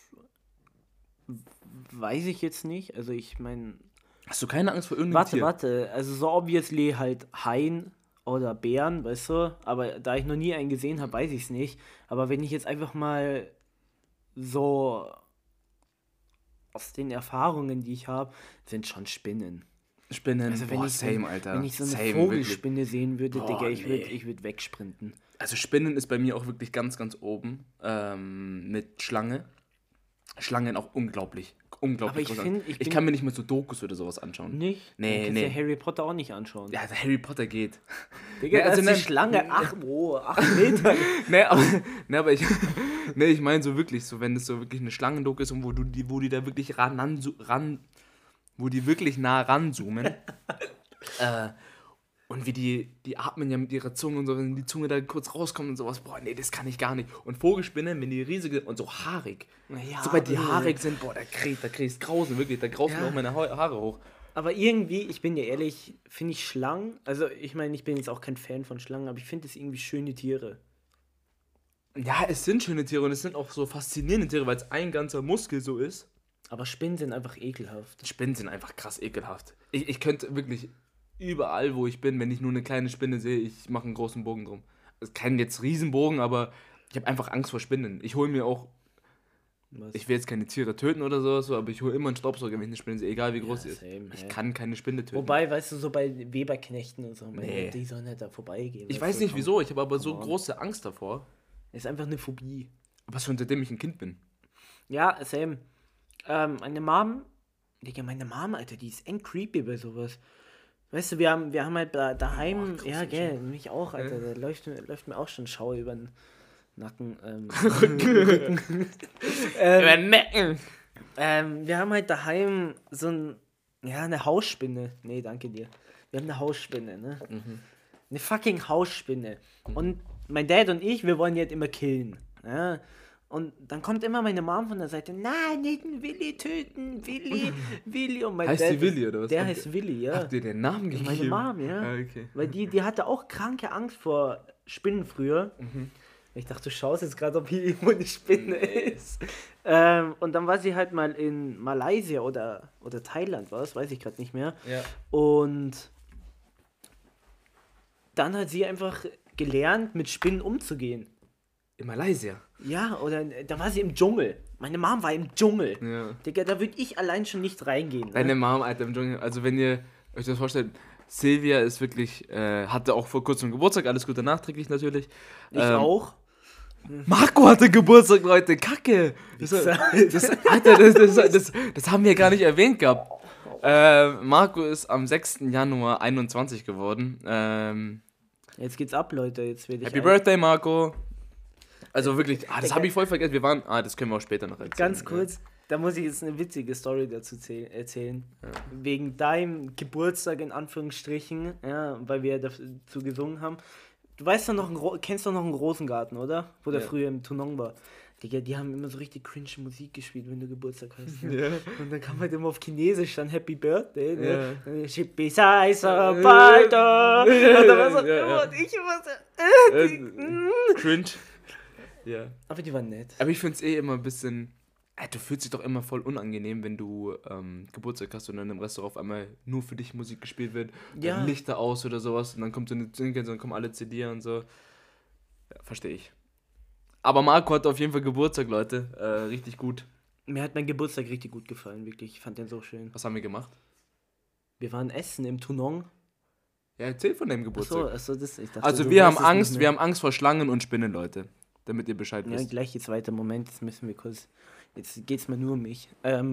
weiß ich jetzt nicht. Also ich meine... Hast du keine Angst vor irgendeinem Tier? Warte. Also so obviously halt Haien oder Bären, weißt du? Aber da ich noch nie einen gesehen habe, weiß ich es nicht. Aber wenn ich jetzt einfach mal so aus den Erfahrungen, die ich habe, sind schon Spinnen. Spinnen, Also wenn same, Alter. Wenn ich so eine Same, Vogelspinne sehen würde, Boah, Digga, ich nee. würd wegsprinten. Also Spinnen ist bei mir auch wirklich ganz, ganz oben. Mit Schlange. Schlangen auch unglaublich. Aber ich groß. find, Ich kann mir nicht mal so Dokus oder sowas anschauen. Nicht? Nee, Du kannst nee. ja Harry Potter auch nicht anschauen. Ja, also Harry Potter geht. Digga, Nee, also also die ne- Schlange 8 Meter. aber ich meine so wirklich, so wenn es so wirklich eine Schlangendoku ist und wo die da wirklich wo die wirklich nah ranzoomen. Und wie die atmen ja mit ihrer Zunge und so, wenn die Zunge da kurz rauskommt und sowas, boah, nee, das kann ich gar nicht. Und Vogelspinnen, wenn die riesig sind und so haarig. Ja, Sobald die haarig sind, boah, da kriegst Grausen, wirklich, da grausen Ja. auch meine Haare hoch. Aber irgendwie, ich bin ja ehrlich, finde ich Schlangen, also ich meine, ich bin jetzt auch kein Fan von Schlangen, aber ich finde es irgendwie schöne Tiere. Ja, es sind schöne Tiere und es sind auch so faszinierende Tiere, weil es ein ganzer Muskel so ist. Aber Spinnen sind einfach ekelhaft. Spinnen sind einfach krass ekelhaft. Ich könnte wirklich überall, wo ich bin, wenn ich nur eine kleine Spinne sehe, ich mache einen großen Bogen drum. Es ist kein jetzt Riesenbogen, aber ich habe einfach Angst vor Spinnen. Ich hole mir auch, Was? ich will jetzt keine Tiere töten oder sowas, aber ich hole immer einen Staubsauger, wenn ich eine Spinne sehe, egal wie groß sie ist. same, Ich ja. kann keine Spinne töten. Wobei, weißt du, so bei Weberknechten und so, Nee. die sollen halt da vorbeigehen. Ich weißt weiß du, nicht komm. wieso, ich habe aber so Come on. große Angst davor. Ist einfach eine Phobie. Was schon seitdem ich ein Kind bin. Ja, same. Meine Mom, Alter, die ist eng creepy bei sowas. Weißt du, wir haben halt daheim, Boah, ja, gruselig. gell, mich auch, Alter, da läuft mir auch schon Schauer über den Nacken. Wir haben halt daheim so eine Hausspinne. Nee, danke dir. Wir haben eine Hausspinne, ne? Eine fucking Hausspinne. Und mein Dad und ich, wir wollen die halt immer killen. Ja? Und dann kommt immer meine Mom von der Seite, nein, nicht den Willi töten, Willi. Und mein Heißt Dad, die Willi, oder was? Der heißt Willi, ja. Habt ihr den Namen gegeben? Meine Mom, ja. Ah, okay. Weil die hatte auch kranke Angst vor Spinnen früher. Ich dachte, du schaust jetzt gerade, ob hier irgendwo eine Spinne ist. Und dann war sie halt mal in Malaysia oder Thailand, weiß ich gerade nicht mehr. Ja. Und dann hat sie einfach gelernt, mit Spinnen umzugehen. In Malaysia. Ja, oder da war sie im Dschungel. Meine Mom war im Dschungel. Ja. Digga, da würde ich allein schon nicht reingehen. Deine Ne? Mom, Alter, im Dschungel. Also wenn ihr euch das vorstellt, Silvia ist wirklich, hatte auch vor kurzem Geburtstag, alles Gute nachträglich natürlich. Ich auch. Marco hatte Geburtstag, Leute, Kacke. Das haben wir gar nicht erwähnt gehabt. Marco ist am 6. Januar 21 geworden. Jetzt geht's ab, Leute. Jetzt werde ich Happy Birthday, Marco. Also wirklich, das habe ich voll vergessen. Das können wir auch später noch erzählen. Ganz kurz, da muss ich jetzt eine witzige Story dazu erzählen. Ja. Wegen deinem Geburtstag in Anführungsstrichen, ja, weil wir dazu gesungen haben. Du weißt doch noch, kennst doch noch einen Rosengarten, oder? Wo der früher im Tunong war. Digga, die haben immer so richtig cringe Musik gespielt, wenn du Geburtstag hast. Ne? Ja. Und dann kam halt immer auf Chinesisch dann Happy Birthday. Ne? Ja. Shippy sai so weiter. Und dann war so, Ja. und ich immer so, Cringe. Ja. aber die waren nett. Aber ich finde es immer ein bisschen. Du fühlst dich doch immer voll unangenehm, wenn du Geburtstag hast und dann im Restaurant auf einmal nur für dich Musik gespielt wird. Ja. Dann Lichter aus oder sowas und dann kommt so eine Zinke und dann kommen alle zu dir und so. Ja, verstehe ich. Aber Marco hat auf jeden Fall Geburtstag, Leute. Richtig gut. Mir hat mein Geburtstag richtig gut gefallen, wirklich. Ich fand den so schön. Was haben wir gemacht? Wir waren essen im Toulon. Ja, erzähl von deinem Geburtstag. Achso, das, ich dachte, Also du wir haben weißt es nicht Angst, mehr. wir haben Angst vor Schlangen und Spinnen, Leute. Damit ihr Bescheid Ja, wisst. gleich jetzt weiter. Moment, jetzt müssen wir kurz. Jetzt geht's mal nur um mich.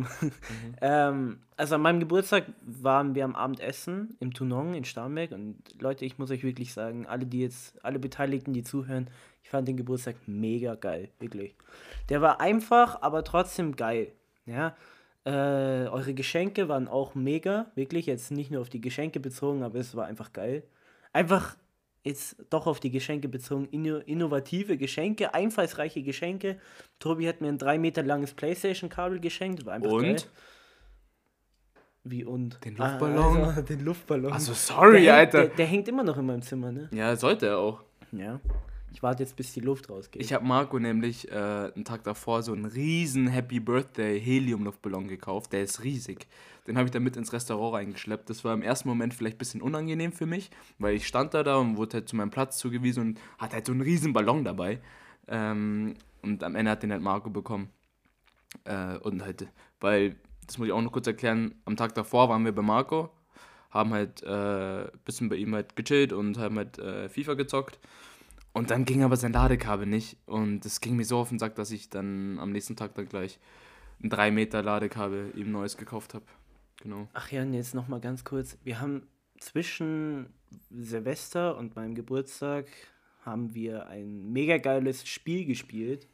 Also an meinem Geburtstag waren wir am Abendessen im Toulon in Starnberg und Leute, ich muss euch wirklich sagen, alle Beteiligten, die zuhören, ich fand den Geburtstag mega geil, wirklich. Der war einfach, aber trotzdem geil. Ja. Eure Geschenke waren auch mega, wirklich, jetzt nicht nur auf die Geschenke bezogen, aber es war einfach geil. Einfach jetzt doch auf die Geschenke bezogen, innovative Geschenke, einfallsreiche Geschenke. Tobi hat mir ein 3 Meter langes Playstation-Kabel geschenkt, war einfach geil. Und? Wie und? Den Luftballon? Also, den Luftballon. Also sorry, der Alter. Der hängt immer noch in meinem Zimmer, ne? Ja, sollte er auch. Ja. Ich warte jetzt, bis die Luft rausgeht. Ich habe Marco nämlich einen Tag davor so einen riesen Happy Birthday Helium-Luftballon gekauft. Der ist riesig. Den habe ich dann mit ins Restaurant reingeschleppt. Das war im ersten Moment vielleicht ein bisschen unangenehm für mich, weil ich stand da und wurde halt zu meinem Platz zugewiesen und hatte halt so einen riesen Ballon dabei. Und am Ende hat den halt Marco bekommen. Und halt, weil, das muss ich auch noch kurz erklären, am Tag davor waren wir bei Marco, haben halt ein bisschen bei ihm halt gechillt und haben halt FIFA gezockt. Und dann ging aber sein Ladekabel nicht. Und das ging mir so auf den Sack, dass ich dann am nächsten Tag dann gleich ein 3 Meter Ladekabel ihm neues gekauft habe. Genau. Ach ja, und jetzt nochmal ganz kurz. Wir haben zwischen Silvester und meinem Geburtstag haben wir ein mega geiles Spiel gespielt.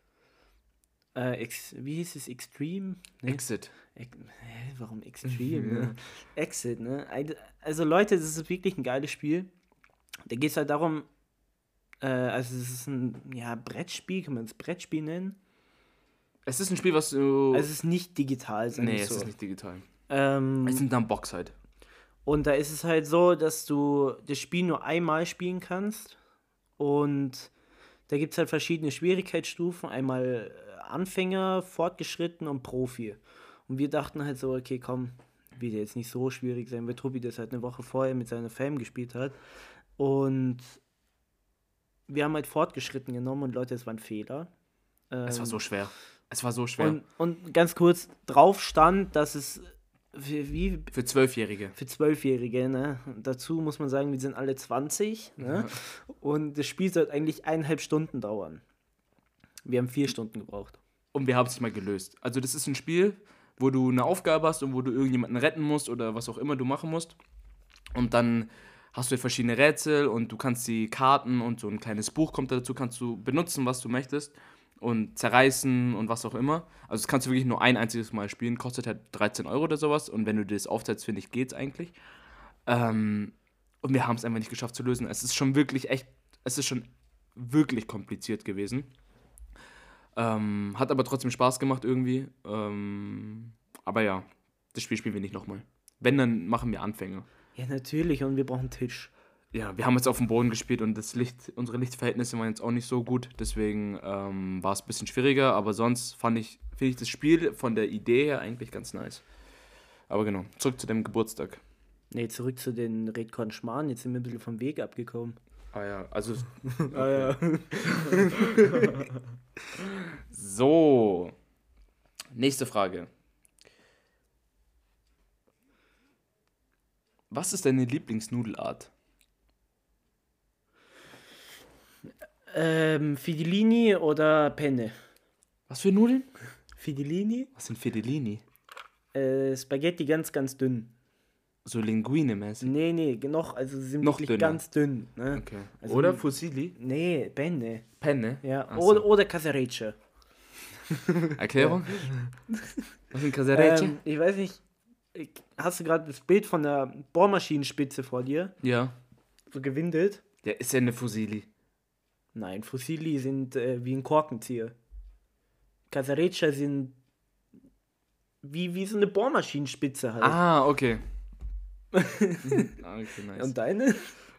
Wie hieß es? Extreme? Ne? Exit. Warum Extreme? Ne? Exit, ne? Also Leute, das ist wirklich ein geiles Spiel. Da geht es halt darum, also es ist ein Brettspiel, kann man es Brettspiel nennen? Es ist ein Spiel, was du... Also es ist nicht digital, sagen nee, wir es so. ist nicht digital. Es sind dann Box halt. Und da ist es halt so, dass du das Spiel nur einmal spielen kannst. Und da gibt es halt verschiedene Schwierigkeitsstufen. Einmal Anfänger, Fortgeschritten und Profi. Und wir dachten halt so, okay, komm, wird ja jetzt nicht so schwierig sein, weil Tobi das halt eine Woche vorher mit seiner Fam gespielt hat. Und wir haben halt Fortgeschritten genommen und Leute, es war ein Fehler. Es war so schwer. Es war so schwer. Und ganz kurz, drauf stand, dass es für 12-Jährige. Für 12-Jährige, ne? Dazu muss man sagen, wir sind alle 20, ne? Ja. Und das Spiel sollte eigentlich 1,5 Stunden dauern. Wir haben 4 Stunden gebraucht. Und wir haben es nicht mal gelöst. Also das ist ein Spiel, wo du eine Aufgabe hast und wo du irgendjemanden retten musst oder was auch immer du machen musst. Und dann hast du verschiedene Rätsel und du kannst die Karten und so ein kleines Buch kommt dazu, kannst du benutzen, was du möchtest und zerreißen und was auch immer. Also das kannst du wirklich nur ein einziges Mal spielen, kostet halt 13 € oder sowas und wenn du das aufsetzt, finde ich, geht's eigentlich. Und wir haben es einfach nicht geschafft zu lösen. Es ist schon wirklich kompliziert gewesen. Hat aber trotzdem Spaß gemacht irgendwie. Aber ja, das Spiel spielen wir nicht nochmal. Wenn, dann machen wir Anfänger. Ja, natürlich, und wir brauchen einen Tisch. Ja, wir haben jetzt auf dem Boden gespielt und unsere Lichtverhältnisse waren jetzt auch nicht so gut, deswegen war es ein bisschen schwieriger, aber sonst finde ich das Spiel von der Idee her eigentlich ganz nice. Aber genau, zurück zu dem Geburtstag. Nee, zurück zu den Redkorn Schmarrn, jetzt sind wir ein bisschen vom Weg abgekommen. Ah ja, also... Ah ja. So, nächste Frage. Was ist deine Lieblingsnudelart? Fidilini oder Penne? Was für Nudeln? Fidilini? Was sind Fidilini? Spaghetti ganz, ganz dünn. So Linguine-mäßig? Nee, also sie sind noch wirklich dünner. ganz dünn. Ne? Okay. Also, oder Fusilli? Nee, Penne. Penne? Ja, Ach so. oder Casarecce. Erklärung? Was sind Casarecce? Ich weiß nicht, hast du gerade das Bild von der Bohrmaschinenspitze vor dir? Ja. So gewindelt? Ja, ist ja eine Fusilli. Nein, Fusilli sind wie ein Korkenzieher. Casareccia sind wie so eine Bohrmaschinenspitze halt. Ah, okay. Okay, nice. Und deine?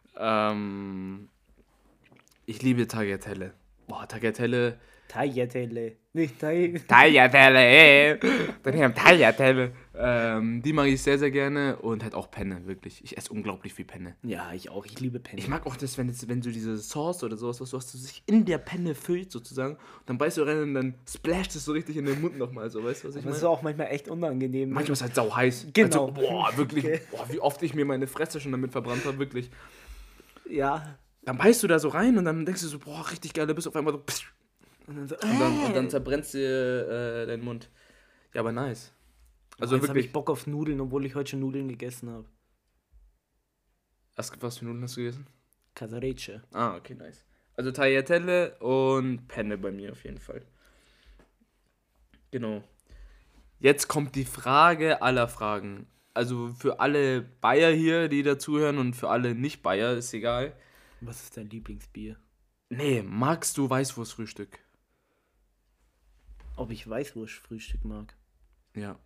Ich liebe Tagliatelle. Boah, Tagliatelle. Tagliatelle. Nicht Tagliatelle. Tagliatelle, Tagliatelle. Die mag ich sehr, sehr gerne und halt auch Penne, wirklich. Ich esse unglaublich viel Penne. Ja, ich auch. Ich liebe Penne. Ich mag auch das, wenn du diese Sauce oder sowas, was du hast, du sich in der Penne füllt sozusagen, und dann beißt du rein und dann splasht es so richtig in den Mund nochmal, so, weißt du, was ich Das meine? ist auch manchmal echt unangenehm. Manchmal ist es halt sau heiß. Genau. Also, boah, wirklich, Okay. boah, wie oft ich mir meine Fresse schon damit verbrannt habe, wirklich. Ja. Dann beißt du da so rein und dann denkst du so, boah, richtig geil, da bist du auf einmal so, psch, Und dann so, und dann zerbrennst dir deinen Mund. Ja, aber nice. Also jetzt habe ich wirklich. Bock auf Nudeln, obwohl ich heute schon Nudeln gegessen habe. Was für Nudeln hast du gegessen? Casareccia. Ah, okay, nice. Also Tagliatelle und Penne bei mir auf jeden Fall. Genau. Jetzt kommt die Frage aller Fragen. Also für alle Bayer hier, die dazuhören, und für alle Nicht-Bayer, ist egal. Was ist dein Lieblingsbier? Nee, magst du Weißwurstfrühstück? Ob ich Weißwurstfrühstück mag? Ja.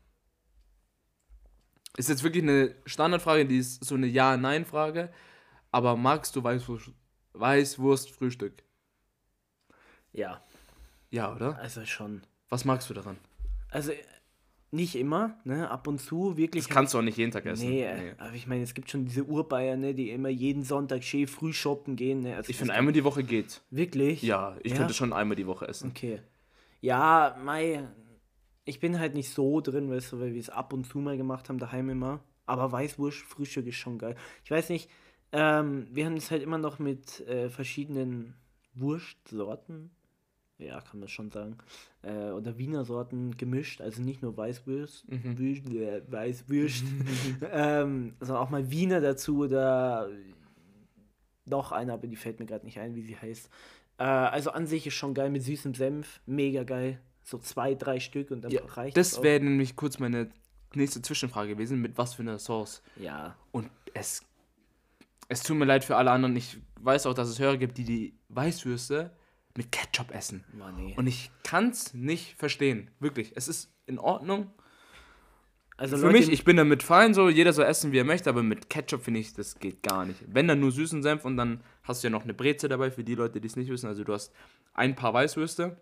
Ist jetzt wirklich eine Standardfrage, die ist so eine Ja-Nein-Frage. Aber magst du Weißwurstfrühstück? Ja, Ja, oder? also schon. Was magst du daran? Also nicht immer, ne? Ab und zu wirklich. Das kannst du auch nicht jeden Tag essen. Nee, aber ich meine, es gibt schon diese Urbayern, ne, die immer jeden Sonntag schön früh shoppen gehen. Ne? Also Ich finde, einmal die Woche geht. wirklich? Ja, ich könnte schon einmal die Woche essen. Okay. Ja, ich bin halt nicht so drin, weißt du, weil wir es ab und zu mal gemacht haben, daheim immer. Aber Weißwurst-Frühstück ist schon geil. Ich weiß nicht, wir haben es halt immer noch mit verschiedenen Wurstsorten, ja, kann man schon sagen, oder Wiener Sorten gemischt. Also nicht nur Weißwürst, sondern auch mal Wiener dazu oder noch eine, aber die fällt mir gerade nicht ein, wie sie heißt. Also an sich ist schon geil mit süßem Senf, mega geil. So 2, 3 Stück und dann Ja, reicht es das auch. wäre nämlich kurz meine nächste Zwischenfrage gewesen, mit was für einer Sauce. Ja, Und es tut mir leid für alle anderen. Ich weiß auch, dass es Hörer gibt, die Weißwürste mit Ketchup essen. Mann, nee. Und ich kann es nicht verstehen. Wirklich. Es ist in Ordnung. Also Für Leute, mich, ich bin damit fein, so, jeder soll essen, wie er möchte, aber mit Ketchup finde ich, das geht gar nicht. Wenn dann nur süßen Senf und dann hast du ja noch eine Breze dabei, für die Leute, die es nicht wissen. Also du hast ein paar Weißwürste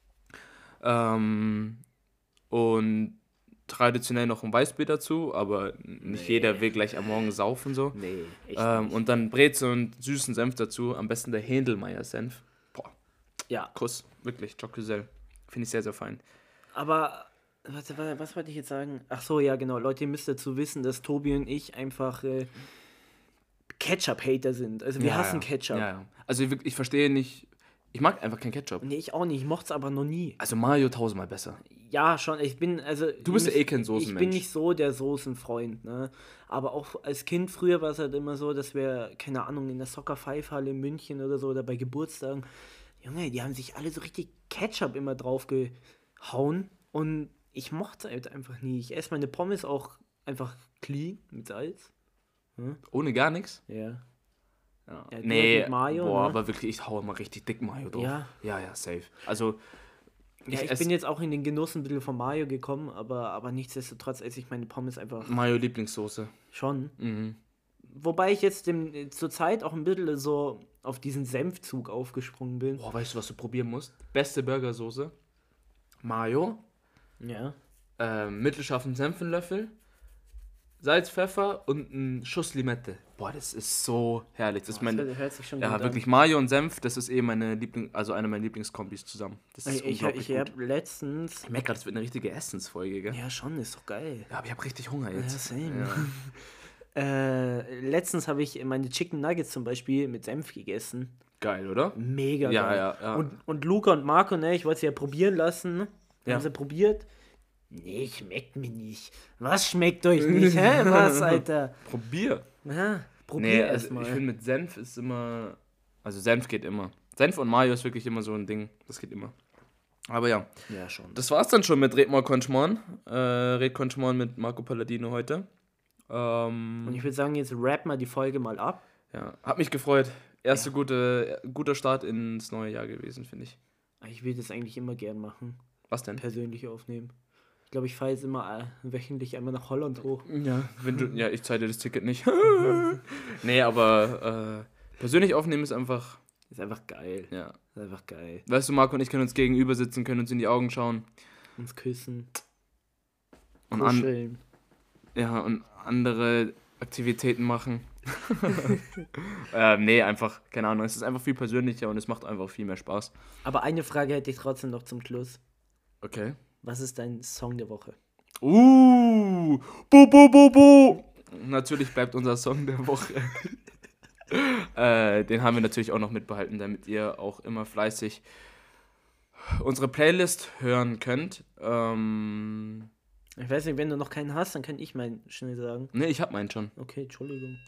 und traditionell noch ein Weißbier dazu, aber nicht jeder will gleich am Morgen saufen so. nee, echt nicht. Und dann Breze und süßen Senf dazu, am besten der Händelmeier-Senf. Boah, Ja, Kuss, wirklich, Choc-Cusel. Finde ich sehr, sehr fein. aber warte, was wollte ich jetzt sagen? Ach so, ja genau, Leute, ihr müsst dazu wissen, dass Tobi und ich einfach Ketchup-Hater sind. Also wir hassen Ketchup. Ja, ja. Also ich verstehe nicht, ich mag einfach kein Ketchup. Nee, ich auch nicht, ich mochte es aber noch nie. Also Mayo tausendmal besser. Ja, schon, ich bin, also... Du bist ja eh kein Ich Soßenmensch. bin nicht so der Soßenfreund, ne? Aber auch als Kind früher war es halt immer so, dass wir, keine Ahnung, in der Soccer-5-Halle in München oder so, oder bei Geburtstagen, Junge, die haben sich alle so richtig Ketchup immer drauf gehauen und ich mochte es halt einfach nie. Ich esse meine Pommes auch einfach clean mit Salz. Ohne gar nichts? Ja. Ja. Ja, du Nee, mit Mayo, boah, ne? aber wirklich, ich hau immer richtig dick Mayo drauf. Ja. Ja, safe. Also, Ja, ich bin jetzt auch in den Genuss ein bisschen von Mayo gekommen, aber nichtsdestotrotz esse ich meine Pommes einfach Mayo Lieblingssoße. schon. Mhm. Wobei ich jetzt zur Zeit auch ein bisschen so auf diesen Senfzug aufgesprungen bin. Boah, weißt du, was du probieren musst? Beste Burgersoße. Mayo, Ja. mittelscharfen Senfenlöffel, Salz, Pfeffer und ein Schuss Limette. Boah, das ist so herrlich. Das ist meine, hört sich schon ja, gut wirklich Mayo und Senf, das ist meine also eine meiner Lieblingskombis zusammen. Das ist an. Ich unglaublich gut. habe letztens... Ich merke gerade, das wird eine richtige Essensfolge, gell? Ja, schon, ist doch geil. Ja, aber ich habe richtig Hunger Ja, jetzt. same. Letztens habe ich meine Chicken Nuggets zum Beispiel mit Senf gegessen. Geil, oder? Mega Ja, geil. ja, ja. Und Luca und Marco, ne, ich wollte sie ja probieren lassen. Ne? Ja. Haben sie probiert. Nee, schmeckt mir nicht. Was schmeckt euch nicht, hä? Was, Alter? Probier. Ja, probier Nee, erst also ich mal. finde mit Senf ist immer, also Senf geht immer. Senf und Mayo ist wirklich immer so ein Ding, das geht immer. Aber ja, Ja, schon. das war's dann schon mit Red mal Konchmon. Red Konchmon mit Marco Palladino heute. Und ich würde sagen, jetzt rap mal die Folge mal ab. Ja, hat mich gefreut. Guter Start ins neue Jahr gewesen, finde ich. Ich will das eigentlich immer gern machen. Was denn? persönlich aufnehmen. Ich glaube, ich fahre jetzt immer wöchentlich einmal nach Holland hoch. Ja, ich zahle dir das Ticket nicht. Nee, aber persönlich aufnehmen ist einfach, Ist einfach geil. ja. Ist einfach geil. Weißt du, Marco und ich können uns gegenüber sitzen, können uns in die Augen schauen. Uns küssen. Und Kuscheln. und andere Aktivitäten machen. Nee, einfach, keine Ahnung, es ist einfach viel persönlicher und es macht einfach viel mehr Spaß. Aber eine Frage hätte ich trotzdem noch zum Schluss. Okay. Was ist dein Song der Woche? Bu, bu, bu, bu. Natürlich bleibt unser Song der Woche. Den haben wir natürlich auch noch mitbehalten, damit ihr auch immer fleißig unsere Playlist hören könnt. Ich weiß nicht, wenn du noch keinen hast, dann kann ich meinen schnell sagen. Ne, ich hab meinen schon. Okay, Entschuldigung.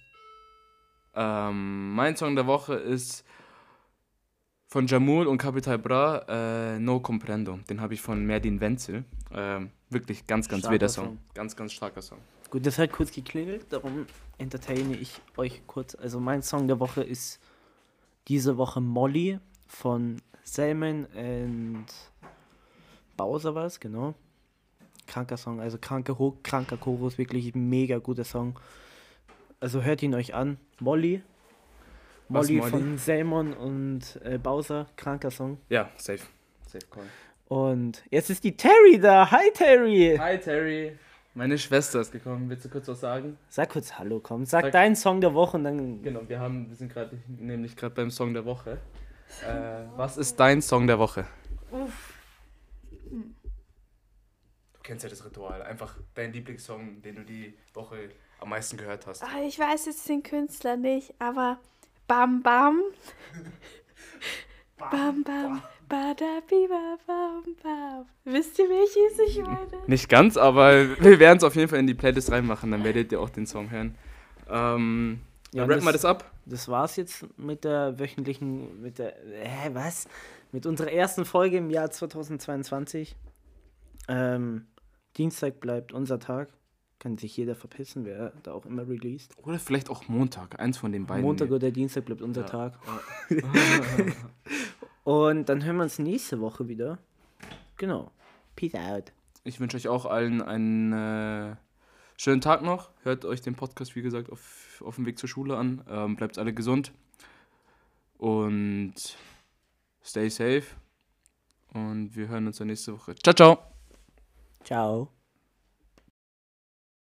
Mein Song der Woche ist von Jamul und Capital Bra, No Comprendo. Den habe ich von Merdin Wenzel. Wirklich ganz Starker wilder Song. Song. Ganz starker Song. Gut, das hat kurz geklingelt, darum entertaine ich euch kurz. Also mein Song der Woche ist diese Woche Molly von Selman und Bowser war es, genau. Kranker Song, also kranker Hook, kranker Chorus, wirklich mega guter Song. Also hört ihn euch an. Molly. Was, Molly Molly? von Selman und Bowser, kranker Song. Ja, safe call. Und jetzt ist die Terry da. Hi Terry. Hi Terry. Meine Schwester ist gekommen. Willst du kurz was sagen? Sag kurz Hallo, komm. Sag Sag- deinen Song der Woche und dann. Genau, wir sind nämlich gerade beim Song der Woche. Was ist dein Song der Woche? Du kennst ja das Ritual. Einfach dein Lieblingssong, den du die Woche am meisten gehört hast. Ah, ich weiß jetzt den Künstler nicht, aber Bam Bam. Bam Bam. Badabiba Bam Bam. Wisst ihr, welches ich meine? Nicht ganz, aber wir werden es auf jeden Fall in die Playlist reinmachen, dann werdet ihr auch den Song hören. Ja, Rappen wir das ab? Das war's jetzt mit der mit unserer ersten Folge im Jahr 2022. Dienstag bleibt unser Tag. Kann sich jeder verpissen, wer da auch immer released. Oder vielleicht auch Montag, eins von den beiden. Montag oder Dienstag bleibt unser Ja. Tag. Und dann hören wir uns nächste Woche wieder. Genau. Peace out. Ich wünsche euch auch allen einen schönen Tag noch. Hört euch den Podcast, wie gesagt, auf dem Weg zur Schule an. Bleibt alle gesund. Und stay safe. Und wir hören uns dann nächste Woche. Ciao, ciao. Ciao.